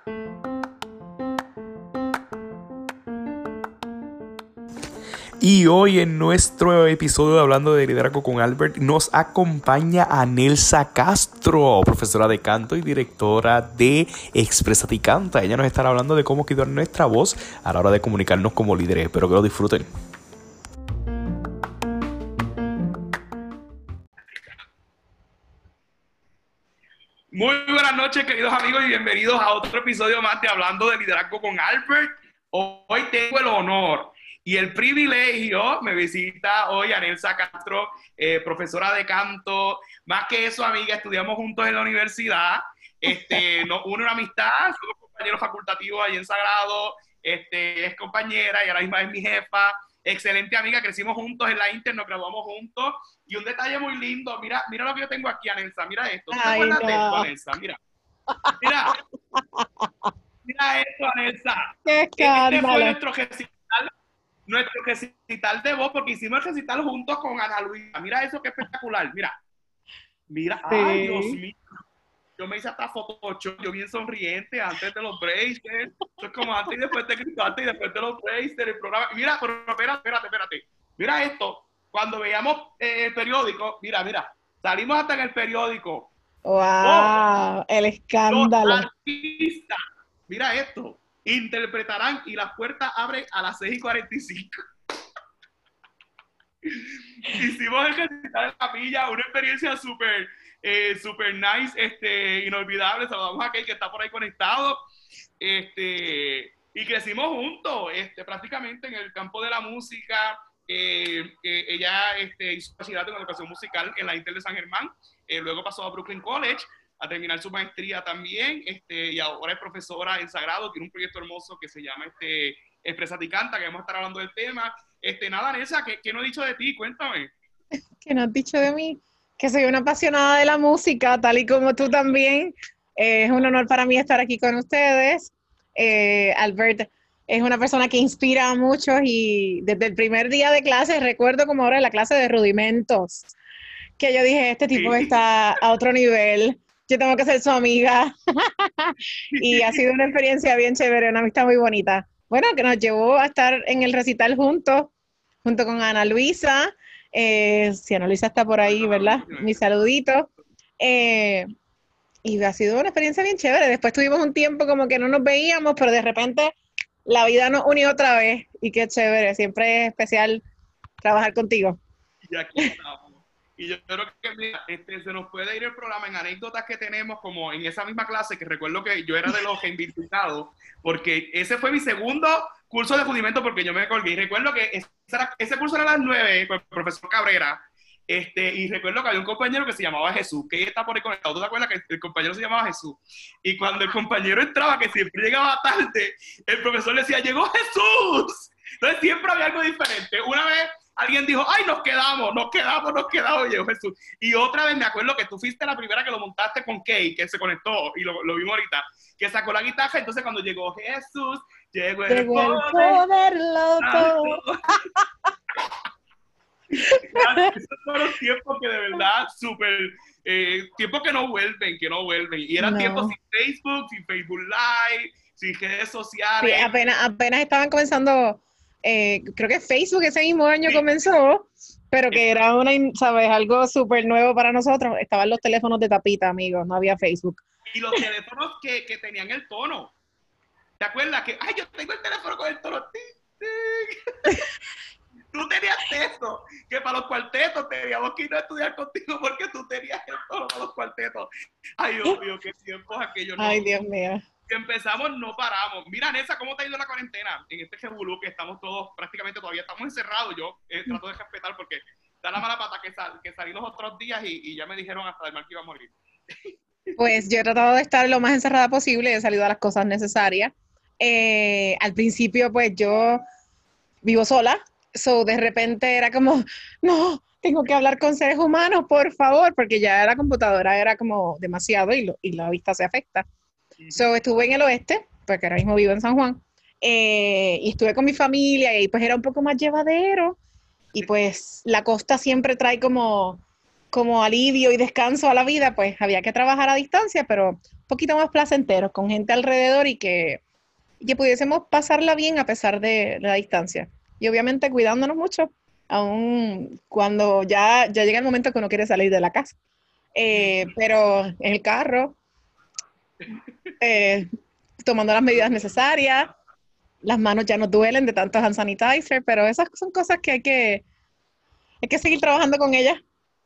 Y hoy en nuestro episodio de Hablando de Liderazgo con Albert nos acompaña Anelsa Castro, profesora de canto y directora de Exprésate y Canta. Ella nos estará hablando de cómo cuidar nuestra voz a la hora de comunicarnos como líderes. Espero que lo disfruten. Muy buenas noches, queridos amigos, y bienvenidos a otro episodio más de Hablando de Liderazgo con Albert. Hoy tengo el honor y el privilegio, me visita hoy Anelsa Castro, profesora de canto. Más que eso, amiga, estudiamos juntos en la universidad. Nos une una amistad, somos compañeros facultativos allí en Sagrado. Es compañera y ahora mismo es mi jefa. Excelente amiga, crecimos juntos en la Inter, nos graduamos juntos. Y un detalle muy lindo, mira lo que yo tengo aquí, Anelsa, mira esto. ¿Tú te acuerdas de esto, Anelsa? Mira esto, Anelsa. ¡Qué escándalo! Este fue nuestro recital de voz, porque hicimos el recital juntos con Ana Luisa. Mira eso, qué espectacular, mira. Sí. Ay, Dios mío. Yo me hice hasta Photoshop, yo bien sonriente antes de los braces. Eso es como antes y después de Cristante y después de los braces, el programa. Mira, pero espérate. Mira esto. Cuando veíamos el periódico, mira, salimos hasta en el periódico. ¡Wow! El escándalo. Los artistas, mira esto, interpretarán y las puertas abren a las 6:45. Hicimos el recital en la capilla, una experiencia súper nice, inolvidable. Saludamos a aquel que está por ahí conectado. Y crecimos juntos, prácticamente en el campo de la música. Ella hizo bachillerato en educación musical en la Inter de San Germán. Luego pasó a Brooklyn College a terminar su maestría también. Y ahora es profesora en Sagrado. Tiene un proyecto hermoso que se llama Exprésate y Canta, que vamos a estar hablando del tema. Nada, Nessa, ¿qué no he dicho de ti? Cuéntame. ¿Qué no has dicho de mí? Que soy una apasionada de la música, tal y como tú también. Es un honor para mí estar aquí con ustedes. Albert es una persona que inspira a muchos y desde el primer día de clase, recuerdo como ahora en la clase de rudimentos, que yo dije, este tipo está a otro nivel, yo tengo que ser su amiga. Y ha sido una experiencia bien chévere, una amistad muy bonita. Bueno, que nos llevó a estar en el recital junto con Ana Luisa. Si Ana Luisa está por ahí, ¿verdad? Mi saludito. Y ha sido una experiencia bien chévere. Después tuvimos un tiempo como que no nos veíamos, pero de repente la vida nos unió otra vez. Y qué chévere, siempre es especial trabajar contigo. Y aquí estamos. Y yo creo que mira, se nos puede ir el programa en anécdotas que tenemos, como en esa misma clase, que recuerdo que yo era de los invitados, porque ese fue mi segundo curso de rudimento, porque yo me colgué. Y recuerdo que ese curso era a las 9 con el profesor Cabrera. Y recuerdo que había un compañero que se llamaba Jesús, que está por ahí conectado. ¿Tú te acuerdas que el compañero se llamaba Jesús? Y cuando el compañero entraba, que siempre llegaba tarde, el profesor le decía, ¡llegó Jesús! Entonces siempre había algo diferente. Una vez alguien dijo, ¡ay, nos quedamos! Llegó Jesús. Y otra vez me acuerdo que tú fuiste la primera que lo montaste con Kay, que se conectó, y lo vimos ahorita, que sacó la guitarra. Entonces cuando llegó Jesús, llegó el poder loco. Esos fueron tiempos que de verdad tiempos que no vuelven. Y eran tiempos sin Facebook Live, sin redes sociales. Sí, apenas estaban comenzando, creo que Facebook ese mismo año comenzó, pero que era ¿sabes? Algo súper nuevo para nosotros. Estaban los teléfonos de tapita, amigos, no había Facebook. Y los teléfonos que tenían el tono. ¿Te acuerdas que, yo tengo el teléfono con el tono? Tú tenías texto, que para los cuartetos teníamos que ir a estudiar contigo porque tú tenías el tono para los cuartetos. Ay, Dios mío, qué tiempos aquellos. Ay, Dios mío. Que empezamos, no paramos. Mira, Nessa, ¿cómo te ha ido la cuarentena? En este revolú que estamos todos, prácticamente todavía estamos encerrados. Yo trato de respetar porque da la mala pata que salí los otros días y ya me dijeron hasta el mal que iba a morir. Pues yo he tratado de estar lo más encerrada posible, he salido a las cosas necesarias. Al principio, pues yo vivo sola. De repente era como, no, tengo que hablar con seres humanos, por favor, porque ya la computadora era como demasiado y la vista se afecta. Estuve en el oeste, porque ahora mismo vivo en San Juan, y estuve con mi familia y pues era un poco más llevadero. Y pues la costa siempre trae como alivio y descanso a la vida, pues había que trabajar a distancia, pero poquito más placenteros, con gente alrededor y que pudiésemos pasarla bien a pesar de la distancia. Y obviamente cuidándonos mucho, aun cuando ya llega el momento que uno quiere salir de la casa. Pero en el carro, eh, tomando las medidas necesarias, las manos ya no duelen de tanto hand sanitizer, pero esas son cosas que hay que seguir trabajando con ellas.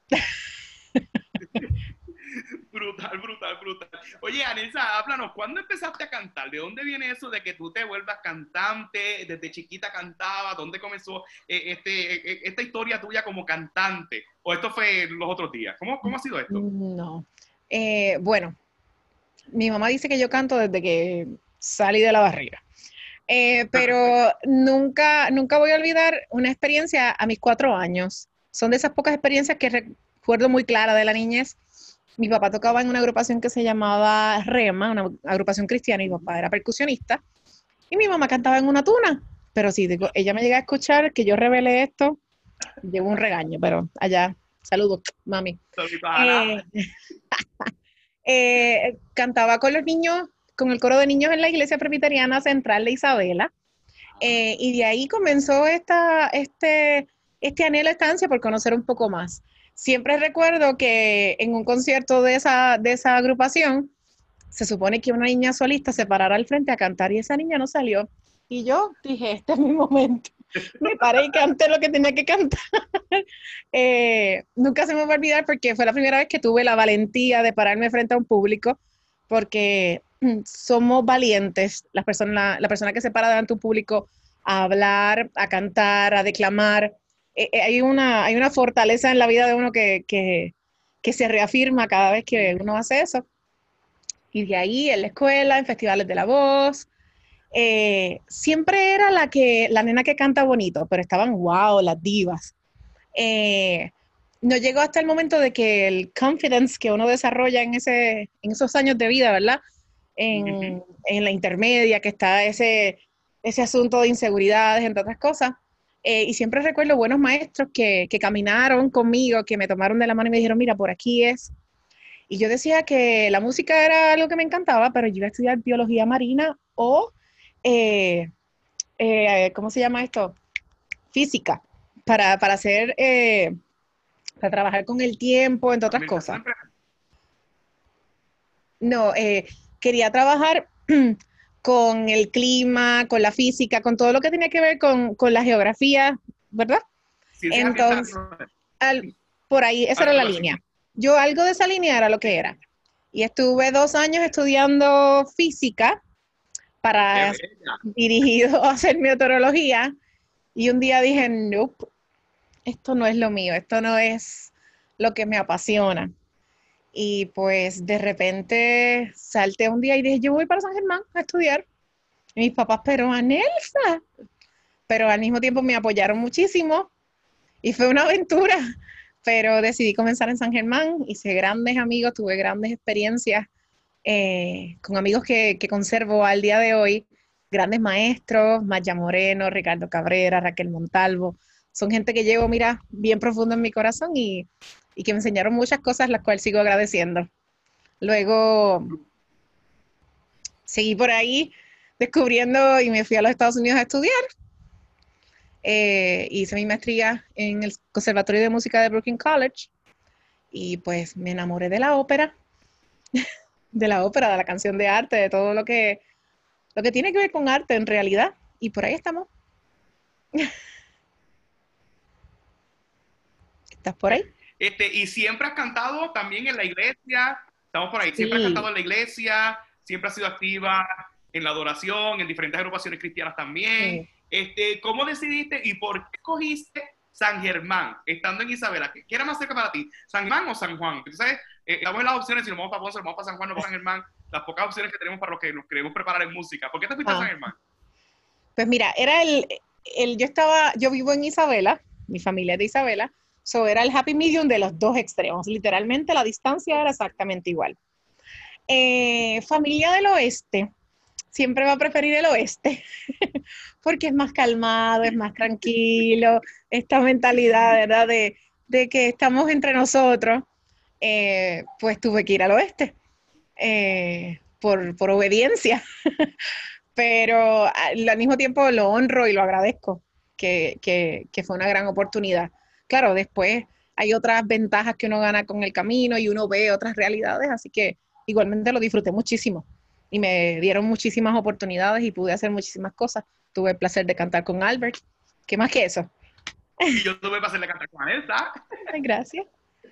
Brutal, brutal, brutal. Oye, Anelsa, háblanos, ¿cuándo empezaste a cantar? ¿De dónde viene eso de que tú te vuelvas cantante? ¿Desde chiquita cantaba? ¿Dónde comenzó esta historia tuya como cantante? ¿O esto fue los otros días? ¿Cómo ha sido esto? No. Bueno, mi mamá dice que yo canto desde que salí de la barriga. Pero nunca voy a olvidar una experiencia a mis 4 años. Son de esas pocas experiencias que recuerdo muy clara de la niñez. Mi papá tocaba en una agrupación que se llamaba Rema, una agrupación cristiana, y mi papá era percusionista. Y mi mamá cantaba en una tuna. Pero sí, digo, ella me llega a escuchar que yo revelé esto, llevo un regaño, pero allá, saludos, mami. Eh, Cantaba con los niños, con el coro de niños en la iglesia presbiteriana central de Isabela. Y de ahí comenzó este anhelo, esta ansia por conocer un poco más. Siempre recuerdo que en un concierto de esa agrupación, se supone que una niña solista se parara al frente a cantar y esa niña no salió. Y yo dije, este es mi momento. Me paré y canté lo que tenía que cantar. Nunca se me va a olvidar porque fue la primera vez que tuve la valentía de pararme frente a un público, porque somos valientes, la persona que se para delante de un público a hablar, a cantar, a declamar. Hay una fortaleza en la vida de uno que se reafirma cada vez que uno hace eso. Y de ahí en la escuela, en festivales de la voz, siempre era la nena que canta bonito, pero estaban wow, las divas. No llegó hasta el momento de que el confidence que uno desarrolla en esos años de vida, ¿verdad? En la intermedia, que está ese asunto de inseguridades, entre otras cosas. Y siempre recuerdo buenos maestros que caminaron conmigo, que me tomaron de la mano y me dijeron, mira, por aquí es. Y yo decía que la música era algo que me encantaba, pero yo iba a estudiar biología marina o, ¿cómo se llama esto? Física, para hacer, para trabajar con el tiempo, entre otras cosas. No, quería trabajar con el clima, con la física, con todo lo que tenía que ver con la geografía, ¿verdad? Entonces, por ahí, esa era la línea. Yo algo de esa línea era lo que era. Y estuve 2 años estudiando física para dirigido a hacer meteorología. Y un día dije, nope, esto no es lo mío, esto no es lo que me apasiona. Y pues de repente salté un día y dije, yo voy para San Germán a estudiar. Y mis papás, pero Anelsa. Pero al mismo tiempo me apoyaron muchísimo y fue una aventura. Pero decidí comenzar en San Germán, hice grandes amigos, tuve grandes experiencias con amigos que conservo al día de hoy, grandes maestros, Maya Moreno, Ricardo Cabrera, Raquel Montalvo, son gente que llevo, mira, bien profundo en mi corazón y que me enseñaron muchas cosas, las cuales sigo agradeciendo. Luego seguí por ahí descubriendo y me fui a los Estados Unidos a estudiar. Hice mi maestría en el Conservatorio de Música de Brooklyn College y pues me enamoré de la ópera, de la canción de arte, de todo lo que tiene que ver con arte en realidad, y por ahí estamos. ¿Estás por ahí? Y siempre has cantado también en la iglesia, estamos por ahí, siempre has cantado en la iglesia, siempre has sido activa en la adoración, en diferentes agrupaciones cristianas también. ¿Cómo decidiste y por qué escogiste San Germán, estando en Isabela? ¿Qué era más cerca para ti? ¿San Germán o San Juan? Entonces, damos las opciones, si nos vamos para Ponce, nos vamos para San Juan o para San Germán, las pocas opciones que tenemos para los que nos queremos preparar en música. ¿Por qué te fuiste a San Germán? Pues mira, era yo vivo en Isabela, mi familia es de Isabela, so era el happy medium de los dos extremos, literalmente la distancia era exactamente igual. Familia del oeste, siempre va a preferir el oeste, porque es más calmado, es más tranquilo, esta mentalidad, ¿verdad? De que estamos entre nosotros, pues tuve que ir al oeste. por obediencia, pero al mismo tiempo lo honro y lo agradezco, que fue una gran oportunidad. Claro, después hay otras ventajas que uno gana con el camino y uno ve otras realidades, así que igualmente lo disfruté muchísimo y me dieron muchísimas oportunidades y pude hacer muchísimas cosas. Tuve el placer de cantar con Albert. ¿Qué más que eso? Y yo tuve que hacerle cantar con Elsa. Ay, gracias.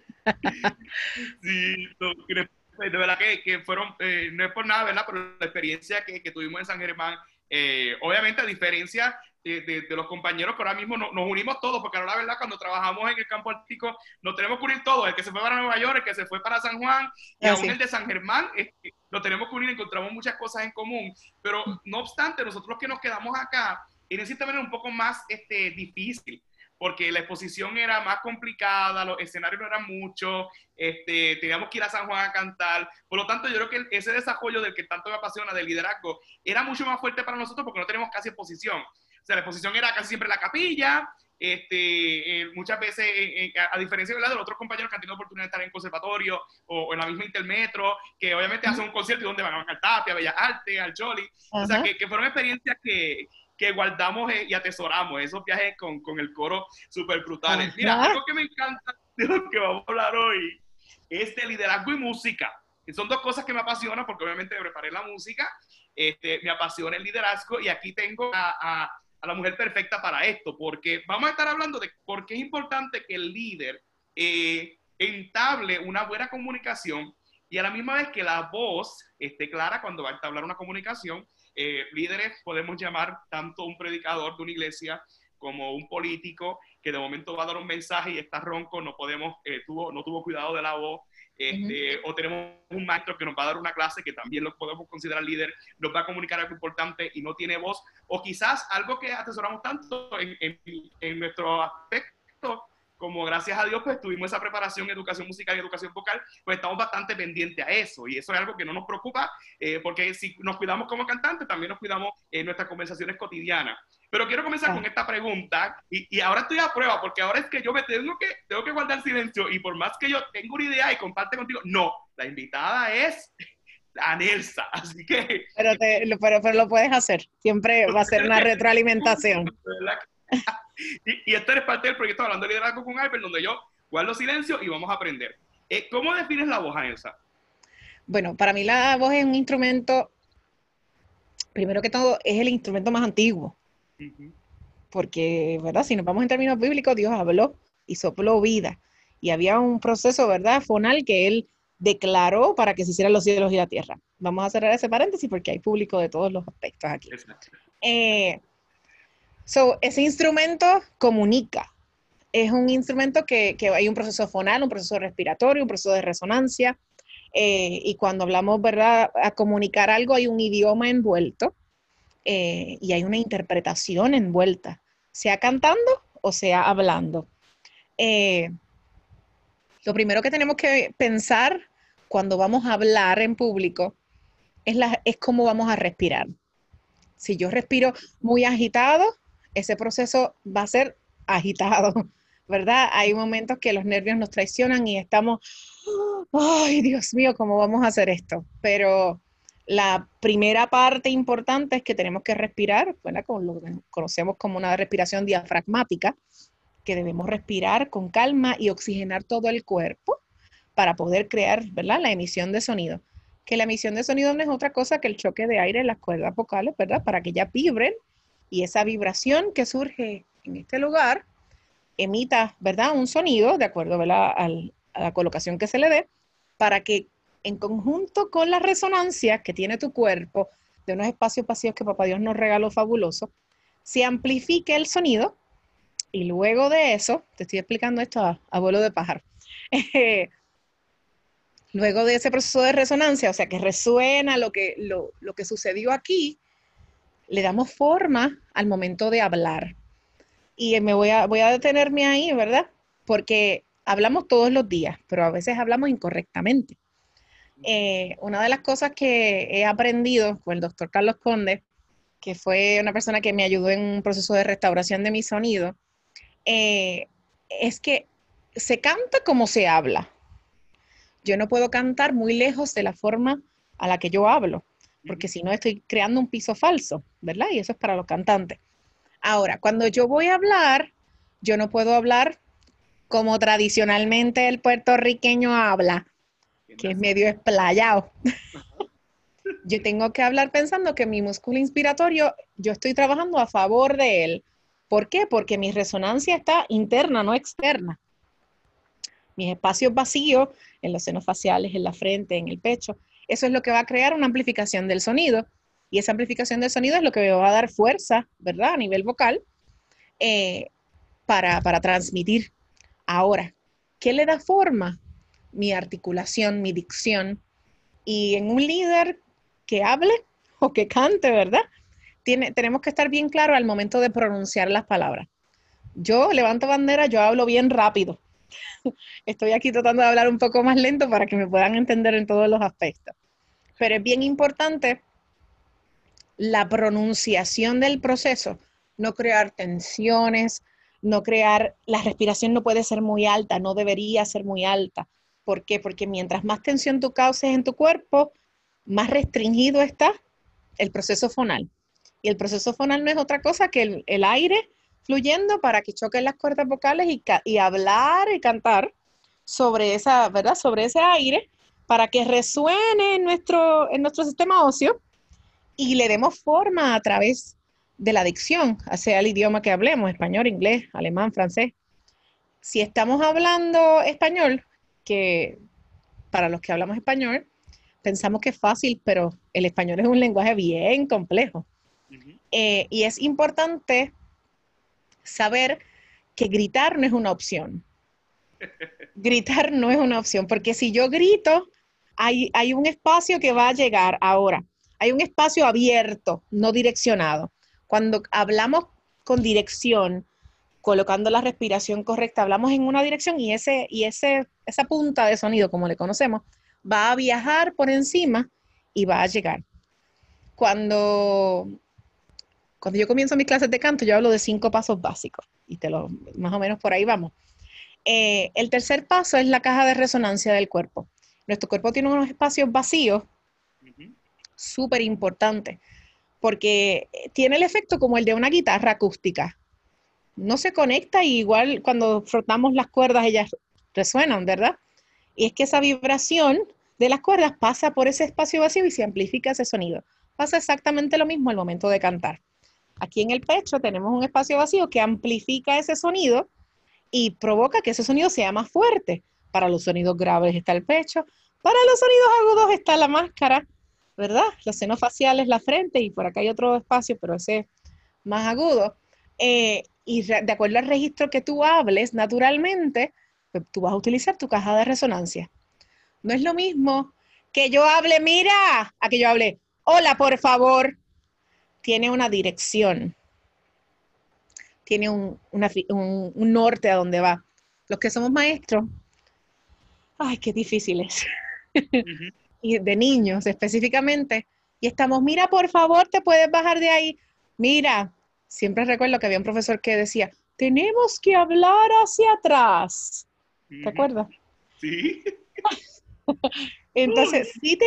Sí, no, de verdad que fueron, no es por nada, ¿verdad? Pero la experiencia que tuvimos en San Germán, obviamente a diferencia de los compañeros que ahora mismo nos unimos todos, porque ahora la verdad cuando trabajamos en el campo artístico nos tenemos que unir todos, el que se fue para Nueva York, el que se fue para San Juan, y aún el de San Germán, nos tenemos que unir, encontramos muchas cosas en común, pero no obstante, nosotros los que nos quedamos acá, en ese también un poco más difícil, porque la exposición era más complicada, los escenarios no eran muchos, teníamos que ir a San Juan a cantar, por lo tanto yo creo que ese desarrollo del que tanto me apasiona, del liderazgo, era mucho más fuerte para nosotros porque no tenemos casi exposición. O sea, la exposición era casi siempre en la capilla, muchas veces, a diferencia de los otros compañeros que han tenido oportunidad de estar en conservatorio o en la misma Intermetro, que obviamente hacen un concierto y donde van a cantar, a Bellas Artes, al Choli, o sea, que fueron experiencias que guardamos y atesoramos, esos viajes con el coro súper brutales. Mira, algo que me encanta de lo que vamos a hablar hoy es de liderazgo y música. Son dos cosas que me apasionan porque obviamente preparé la música, me apasiona el liderazgo y aquí tengo a la mujer perfecta para esto, porque vamos a estar hablando de por qué es importante que el líder entable una buena comunicación y a la misma vez que la voz esté clara cuando va a entablar una comunicación. Líderes podemos llamar tanto un predicador de una iglesia como un político que de momento va a dar un mensaje y está ronco, no tuvo cuidado de la voz, o tenemos un maestro que nos va a dar una clase que también lo podemos considerar líder, nos va a comunicar algo importante y no tiene voz, o quizás algo que atesoramos tanto en nuestro aspecto, como gracias a Dios pues tuvimos esa preparación, educación musical y educación vocal, pues estamos bastante pendientes a eso y eso es algo que no nos preocupa porque si nos cuidamos como cantantes también nos cuidamos en nuestras conversaciones cotidianas. Pero quiero comenzar con esta pregunta y ahora estoy a prueba porque ahora es que yo me tengo que guardar silencio y por más que yo tengo una idea y comparte contigo, no, la invitada es Anelsa, así que... Pero lo puedes hacer, siempre va a ser una retroalimentación. Y esto es parte del proyecto Hablando de Liderazgo con Albert, donde yo guardo silencio y vamos a aprender. ¿Cómo defines la voz, Anelsa? Bueno, para mí la voz es un instrumento, primero que todo, es el instrumento más antiguo. Porque, ¿verdad? Si nos vamos en términos bíblicos, Dios habló y sopló vida. Y había un proceso, ¿verdad? Fonal que Él declaró para que se hicieran los cielos y la tierra. Vamos a cerrar ese paréntesis porque hay público de todos los aspectos aquí. Ese instrumento comunica. Es un instrumento que hay un proceso fonal, un proceso respiratorio, un proceso de resonancia. Y cuando hablamos, ¿verdad? A comunicar algo, hay un idioma envuelto. Y hay una interpretación envuelta, sea cantando o sea hablando. Lo primero que tenemos que pensar cuando vamos a hablar en público es cómo vamos a respirar. Si yo respiro muy agitado, ese proceso va a ser agitado, ¿verdad? Hay momentos que los nervios nos traicionan y estamos, ay, Dios mío, ¿cómo vamos a hacer esto? Pero la primera parte importante es que tenemos que respirar, ¿verdad? Como lo que conocemos como una respiración diafragmática, que debemos respirar con calma y oxigenar todo el cuerpo para poder crear, ¿verdad? La emisión de sonido. Que la emisión de sonido no es otra cosa que el choque de aire en las cuerdas vocales, ¿verdad? Para que ellas vibren y esa vibración que surge en este lugar emita, ¿verdad? Un sonido, de acuerdo, ¿verdad? A la colocación que se le dé, para que en conjunto con la resonancia que tiene tu cuerpo de unos espacios vacíos que Papá Dios nos regaló fabuloso, se amplifique el sonido y luego de eso, te estoy explicando esto a vuelo de pájaro, luego de ese proceso de resonancia, o sea que resuena lo que sucedió aquí, le damos forma al momento de hablar. Y voy a detenerme ahí, ¿verdad? Porque hablamos todos los días, pero a veces hablamos incorrectamente. Una de las cosas que he aprendido con el doctor Carlos Conde, que fue una persona que me ayudó en un proceso de restauración de mi sonido, es que se canta como se habla. Yo no puedo cantar muy lejos de la forma a la que yo hablo, porque si no estoy creando un piso falso, ¿verdad? Y eso es para los cantantes. Ahora, cuando yo voy a hablar, yo no puedo hablar como tradicionalmente el puertorriqueño habla, que es medio explayado. Yo tengo que hablar pensando que mi músculo inspiratorio, yo estoy trabajando a favor de él. ¿Por qué? Porque mi resonancia está interna, no externa. Mis espacios vacíos en los senos faciales, en la frente, en el pecho, eso es lo que va a crear una amplificación del sonido. Y esa amplificación del sonido es lo que me va a dar fuerza, ¿verdad? A nivel vocal, para transmitir. Ahora, ¿qué le da forma? Mi articulación, mi dicción. Y en un líder que hable o que cante, ¿verdad? Tenemos que estar bien claros al momento de pronunciar las palabras. Yo levanto bandera, yo hablo bien rápido. Estoy aquí tratando de hablar un poco más lento para que me puedan entender en todos los aspectos. Pero es bien importante la pronunciación del proceso, no crear tensiones, no crear, la respiración no puede ser muy alta, no debería ser muy alta. ¿Por qué? Porque mientras más tensión tú causes en tu cuerpo, más restringido está el proceso fonal. Y el proceso fonal no es otra cosa que el aire fluyendo para que choquen las cuerdas vocales y hablar y cantar sobre esa, ¿verdad? Sobre ese aire para que resuene en nuestro sistema óseo y le demos forma a través de la dicción, sea el idioma que hablemos, español, inglés, alemán, francés. Si estamos hablando español, que para los que hablamos español, pensamos que es fácil, pero el español es un lenguaje bien complejo. Y es importante saber que gritar no es una opción. Gritar no es una opción, porque si yo grito, hay un espacio que va a llegar ahora. Hay un espacio abierto, no direccionado. Cuando hablamos con dirección, colocando la respiración correcta, hablamos en una dirección y esa punta de sonido, como le conocemos, va a viajar por encima y va a llegar. Cuando yo comienzo mis clases de canto, yo hablo de 5 pasos básicos y más o menos por ahí vamos. El tercer paso es la caja de resonancia del cuerpo. Nuestro cuerpo tiene unos espacios vacíos súper importantes porque tiene el efecto como el de una guitarra acústica. No se conecta y igual cuando frotamos las cuerdas ellas resuenan, ¿verdad? Y es que esa vibración de las cuerdas pasa por ese espacio vacío y se amplifica ese sonido. Pasa exactamente lo mismo al momento de cantar. Aquí en el pecho tenemos un espacio vacío que amplifica ese sonido y provoca que ese sonido sea más fuerte. Para los sonidos graves está el pecho, para los sonidos agudos está la máscara, ¿verdad? Los senos faciales, la frente y por acá hay otro espacio, pero ese es más agudo. Y de acuerdo al registro que tú hables naturalmente, pues tú vas a utilizar tu caja de resonancia. No es lo mismo que yo hable, mira, a que yo hable, hola, por favor. Tiene una dirección, tiene un norte a donde va. Los que somos maestros, ay, qué difícil es. Y de niños específicamente. Y estamos, mira, por favor, te puedes bajar de ahí. Mira, siempre recuerdo que había un profesor que decía, tenemos que hablar hacia atrás. ¿Te acuerdas? Sí. Entonces, sí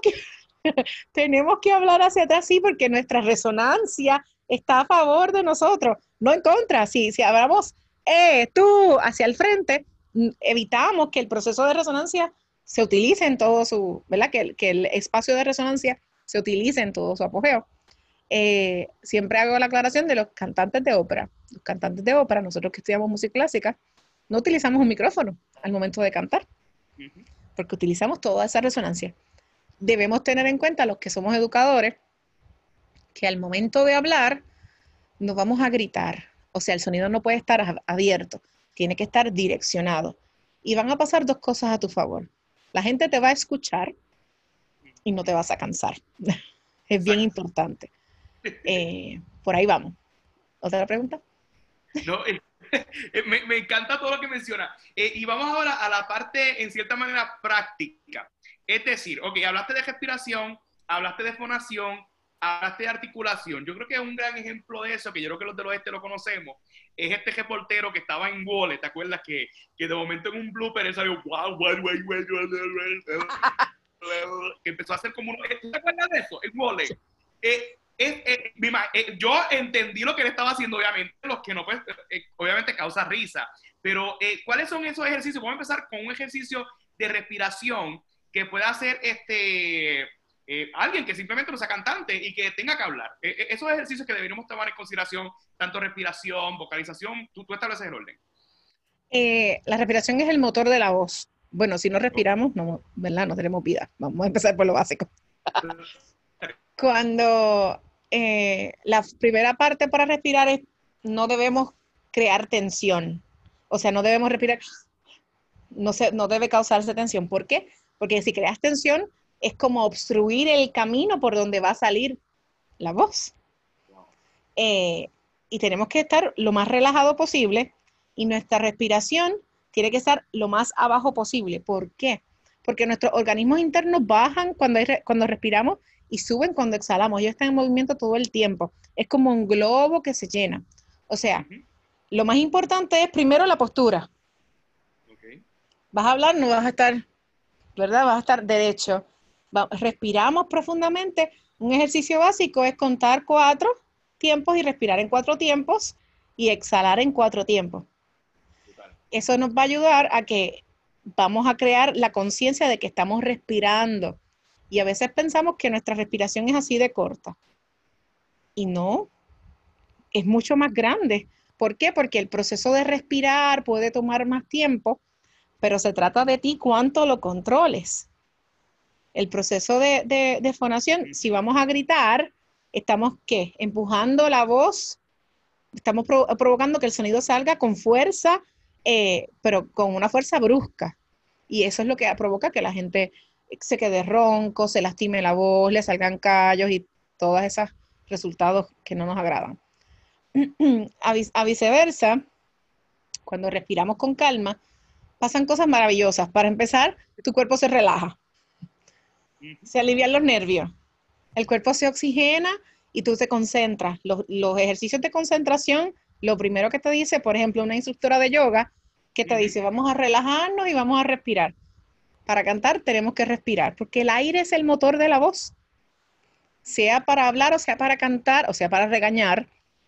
tenemos que hablar hacia atrás, sí, porque nuestra resonancia está a favor de nosotros, no en contra. Si hablamos tú hacia el frente, evitamos que el proceso de resonancia se utilice en todo su, ¿verdad? Que el espacio de resonancia se utilice en todo su apogeo. Siempre hago la aclaración de los cantantes de ópera. Los cantantes de ópera, nosotros que estudiamos música clásica, no utilizamos un micrófono al momento de cantar, porque utilizamos toda esa resonancia. Debemos tener en cuenta los que somos educadores, que al momento de hablar nos vamos a gritar. O sea, el sonido no puede estar abierto, tiene que estar direccionado. Y van a pasar 2 cosas a tu favor. La gente te va a escuchar y no te vas a cansar. Es bien importante. Por ahí vamos. ¿Otra pregunta? No, me encanta todo lo que menciona. Y vamos ahora a la parte, en cierta manera, práctica. Es decir, ok, hablaste de respiración, hablaste de fonación, hablaste de articulación. Yo creo que un gran ejemplo de eso, que yo creo que los del oeste lo conocemos, es este reportero que estaba en Wall, ¿te acuerdas? Que de momento en un blooper él salió, wow, que empezó a hacer como ¿tú te acuerdas de eso? El mole. Yo entendí lo que él estaba haciendo, obviamente, los que no, pues, obviamente causa risa, pero ¿cuáles son esos ejercicios? Vamos a empezar con un ejercicio de respiración que pueda hacer alguien que simplemente no sea cantante y que tenga que hablar. Esos ejercicios que deberíamos tomar en consideración, tanto respiración, vocalización, tú estableces el orden. La respiración es el motor de la voz. Bueno, si no respiramos, no, ¿verdad? No tenemos vida. Vamos a empezar por lo básico. Cuando la primera parte para respirar es, no debemos crear tensión. O sea, no debemos respirar, no debe causarse tensión. ¿Por qué? Porque si creas tensión, es como obstruir el camino por donde va a salir la voz. Y tenemos que estar lo más relajado posible y nuestra respiración tiene que estar lo más abajo posible. ¿Por qué? Porque nuestros organismos internos bajan cuando respiramos y suben cuando exhalamos. Ellos están en movimiento todo el tiempo. Es como un globo que se llena. O sea, lo más importante es primero la postura. Okay. Vas a hablar, no vas a estar, ¿verdad? Vas a estar derecho. Respiramos profundamente. Un ejercicio básico es contar 4 tiempos y respirar en 4 tiempos y exhalar en 4 tiempos. Eso nos va a ayudar a que vamos a crear la conciencia de que estamos respirando. Y a veces pensamos que nuestra respiración es así de corta. Y no, es mucho más grande. ¿Por qué? Porque el proceso de respirar puede tomar más tiempo, pero se trata de ti cuánto lo controles. El proceso de fonación, si vamos a gritar, estamos, ¿qué? Empujando la voz, estamos provocando que el sonido salga con fuerza, pero con una fuerza brusca. Y eso es lo que provoca que la gente se quede ronco, se lastime la voz, le salgan callos y todos esos resultados que no nos agradan. A viceversa, cuando respiramos con calma, pasan cosas maravillosas. Para empezar, tu cuerpo se relaja, se alivian los nervios, el cuerpo se oxigena y tú te concentras. Los ejercicios de concentración, lo primero que te dice, por ejemplo, una instructora de yoga, que te dice, vamos a relajarnos y vamos a respirar. Para cantar tenemos que respirar, porque el aire es el motor de la voz. Sea para hablar, o sea para cantar, o sea para regañar,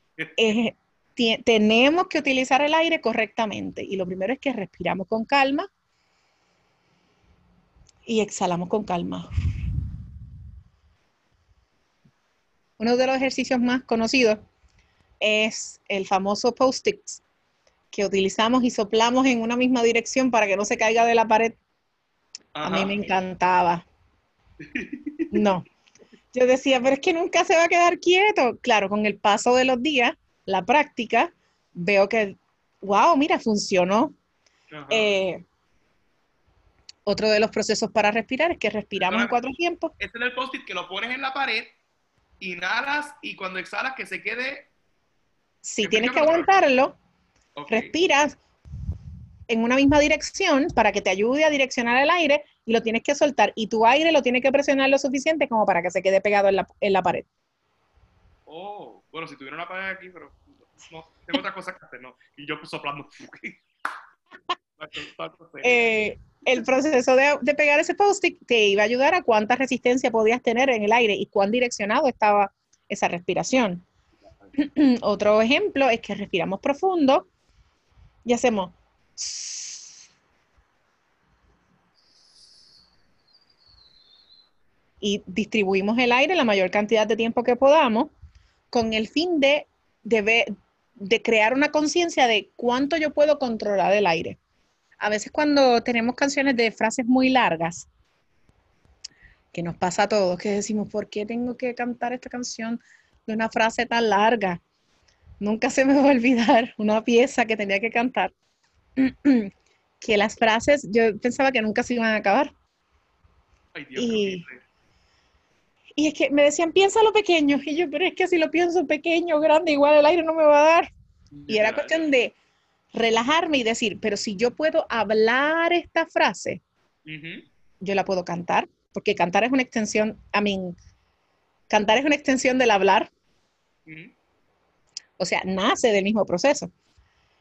tenemos que utilizar el aire correctamente. Y lo primero es que respiramos con calma y exhalamos con calma. Uno de los ejercicios más conocidos es el famoso post-it que utilizamos y soplamos en una misma dirección para que no se caiga de la pared. Ajá. A mí me encantaba. No. Yo decía, pero es que nunca se va a quedar quieto. Claro, con el paso de los días, la práctica, veo que, wow, mira, funcionó. Otro de los procesos para respirar es que respiramos en 4 tiempos. Este es el post-it que lo pones en la pared, inhalas y cuando exhalas que se quede. Si tienes que aguantarlo, respiras en una misma dirección para que te ayude a direccionar el aire y lo tienes que soltar. Y tu aire lo tienes que presionar lo suficiente como para que se quede pegado en la pared. Oh, bueno, si tuviera una pared aquí, pero no, tengo otra cosa que hacer, ¿no? Y yo soplando. El proceso de pegar ese post-it te iba a ayudar a cuánta resistencia podías tener en el aire y cuán direccionado estaba esa respiración. Otro ejemplo es que respiramos profundo y hacemos y distribuimos el aire la mayor cantidad de tiempo que podamos con el fin de crear una conciencia de cuánto yo puedo controlar el aire. A veces cuando tenemos canciones de frases muy largas, que nos pasa a todos, que decimos, ¿por qué tengo que cantar esta canción de una frase tan larga? Nunca se me va a olvidar una pieza que tenía que cantar, que las frases, yo pensaba que nunca se iban a acabar. Ay, Dios, y es que me decían, piénsalo pequeño, y yo, pero es que si lo pienso pequeño, grande, igual el aire no me va a dar. Y era cuestión de relajarme y decir, pero si yo puedo hablar esta frase, yo la puedo cantar, porque cantar es una extensión, cantar es una extensión del hablar. O sea, nace del mismo proceso.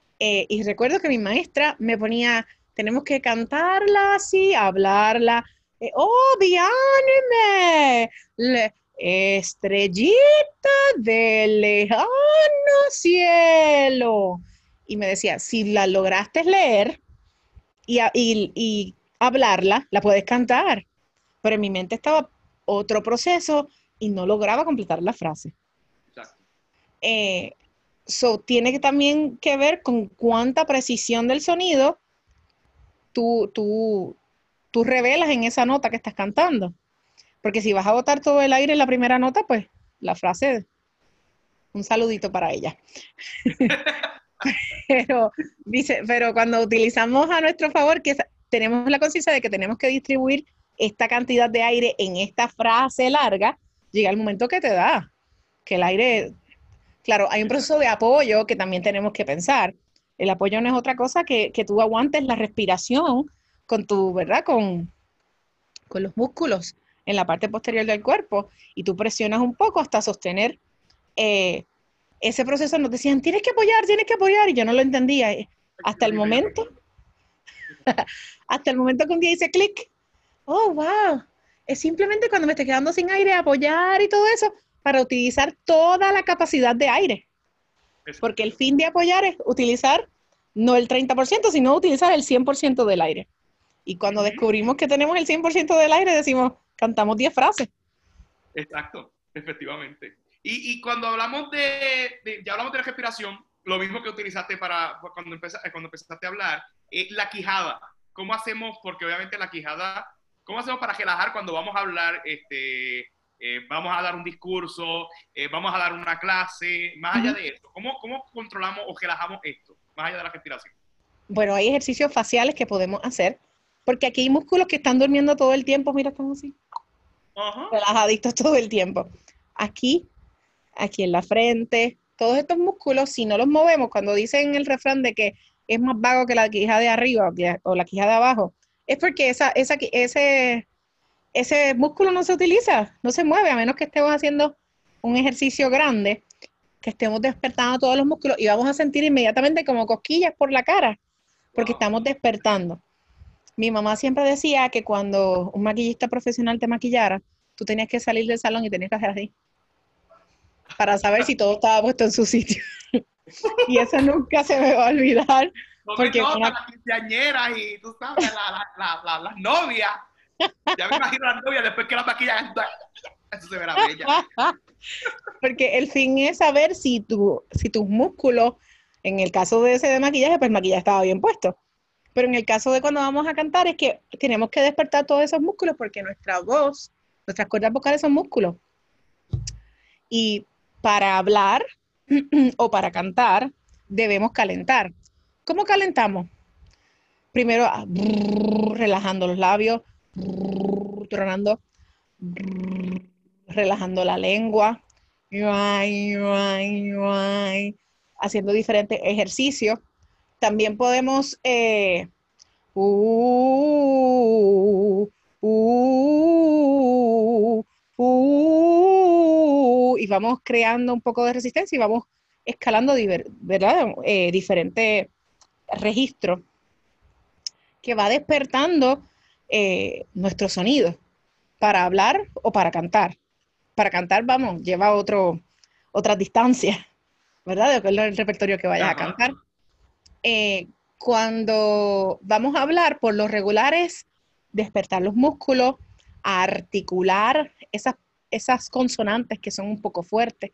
Y recuerdo que mi maestra me ponía, tenemos que cantarla así, hablarla, Oh, the anime. Estrellita del lejano cielo. Y me decía, si la lograste leer y hablarla, la puedes cantar. Pero en mi mente estaba otro proceso y no lograba completar la frase. Exacto. Tiene que también que ver con cuánta precisión del sonido tú revelas en esa nota que estás cantando. Porque si vas a botar todo el aire en la primera nota, pues la frase, un saludito para ella. pero cuando utilizamos a nuestro favor, que tenemos la conciencia de que tenemos que distribuir esta cantidad de aire en esta frase larga, llega el momento que te da, que el aire, claro, hay un proceso de apoyo que también tenemos que pensar. El apoyo no es otra cosa que tú aguantes la respiración con tu, ¿verdad? Con los músculos en la parte posterior del cuerpo y tú presionas un poco hasta sostener ese proceso. Nos decían, tienes que apoyar, y yo no lo entendía. Hasta el momento, hasta el momento que un día hice clic, oh, wow, es simplemente cuando me estoy quedando sin aire, apoyar y todo eso, para utilizar toda la capacidad de aire. Porque el fin de apoyar es utilizar no el 30%, sino utilizar el 100% del aire. Y cuando descubrimos que tenemos el 100% del aire, decimos, cantamos 10 frases. Exacto, efectivamente. Y cuando hablamos ya hablamos de la respiración, lo mismo que utilizaste para cuando empezaste a hablar, la quijada. ¿Cómo hacemos? Porque obviamente la quijada, ¿cómo hacemos para relajar cuando vamos a hablar, vamos a dar un discurso, vamos a dar una clase, más allá de eso? ¿Cómo controlamos o relajamos esto, más allá de la respiración? Bueno, hay ejercicios faciales que podemos hacer, porque aquí hay músculos que están durmiendo todo el tiempo, mira, están así, relajaditos todo el tiempo. Aquí en la frente, todos estos músculos, si no los movemos, cuando dicen el refrán de que es más vago que la quijada de arriba o la quijada de abajo, es porque ese músculo no se utiliza, no se mueve, a menos que estemos haciendo un ejercicio grande, que estemos despertando todos los músculos y vamos a sentir inmediatamente como cosquillas por la cara, porque estamos despertando. Mi mamá siempre decía que cuando un maquillista profesional te maquillara, tú tenías que salir del salón y tenías que hacer así, para saber si todo estaba puesto en su sitio. Y eso nunca se me va a olvidar. No me porque notan las quinceañeras y tú sabes, las novias. Ya me imagino las novias después que las maquillan. Eso se verá bella. Porque el fin es saber si tus músculos, en el caso de ese de maquillaje, pues el maquillaje estaba bien puesto. Pero en el caso de cuando vamos a cantar es que tenemos que despertar todos esos músculos porque nuestra voz, nuestras cuerdas vocales son músculos. Y para hablar o para cantar debemos calentar. ¿Cómo calentamos? Primero relajando los labios, tronando, relajando la lengua, haciendo diferentes ejercicios. También podemos y vamos creando un poco de resistencia y vamos escalando, ¿verdad? Diferentes registros que va despertando nuestro sonido para hablar o para cantar. Para cantar, vamos, lleva otras distancias, ¿verdad? De acuerdo al repertorio que vayas a cantar. Cuando vamos a hablar, por lo regular es despertar los músculos, articular esas consonantes que son un poco fuertes.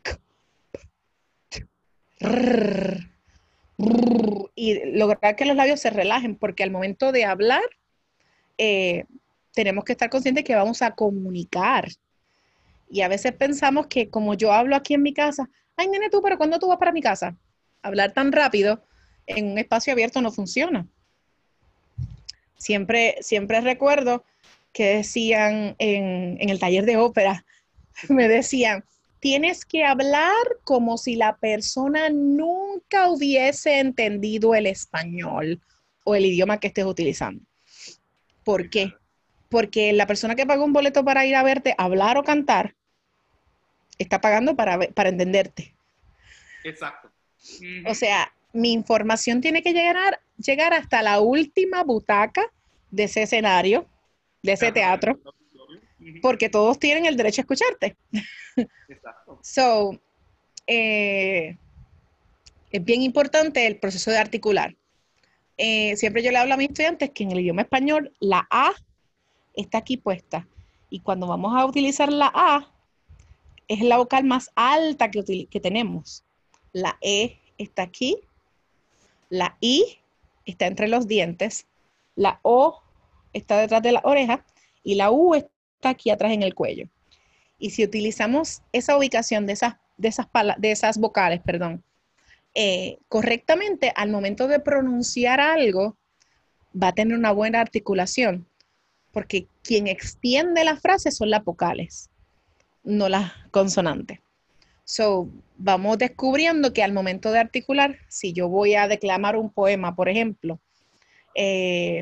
Y lograr que los labios se relajen, porque al momento de hablar, tenemos que estar conscientes que vamos a comunicar. Y a veces pensamos que como yo hablo aquí en mi casa, ay, nene, tú, pero ¿cuándo tú vas para mi casa? Hablar tan rápido en un espacio abierto no funciona. Siempre recuerdo que decían en el taller de ópera, me decían, tienes que hablar como si la persona nunca hubiese entendido el español o el idioma que estés utilizando. ¿Por qué? Porque la persona que pagó un boleto para ir a verte hablar o cantar, está pagando para entenderte. Exacto. O sea, mi información tiene que llegar hasta la última butaca de ese escenario de ese Ajá, teatro, ujú, porque todos tienen el derecho a escucharte. exacto. So, eh, es bien importante el proceso de articular. Siempre yo le hablo a mis estudiantes que en el idioma español la A está aquí puesta. Y cuando vamos a utilizar la A, es la vocal más alta que tenemos. La E está aquí, la I está entre los dientes, la O está detrás de la oreja y la U está aquí atrás en el cuello. Y si utilizamos esa ubicación de esas vocales, perdón, correctamente, al momento de pronunciar algo, va a tener una buena articulación, porque quien extiende las frases son las vocales, no las consonantes. So, vamos descubriendo que al momento de articular, si yo voy a declamar un poema, por ejemplo, eh,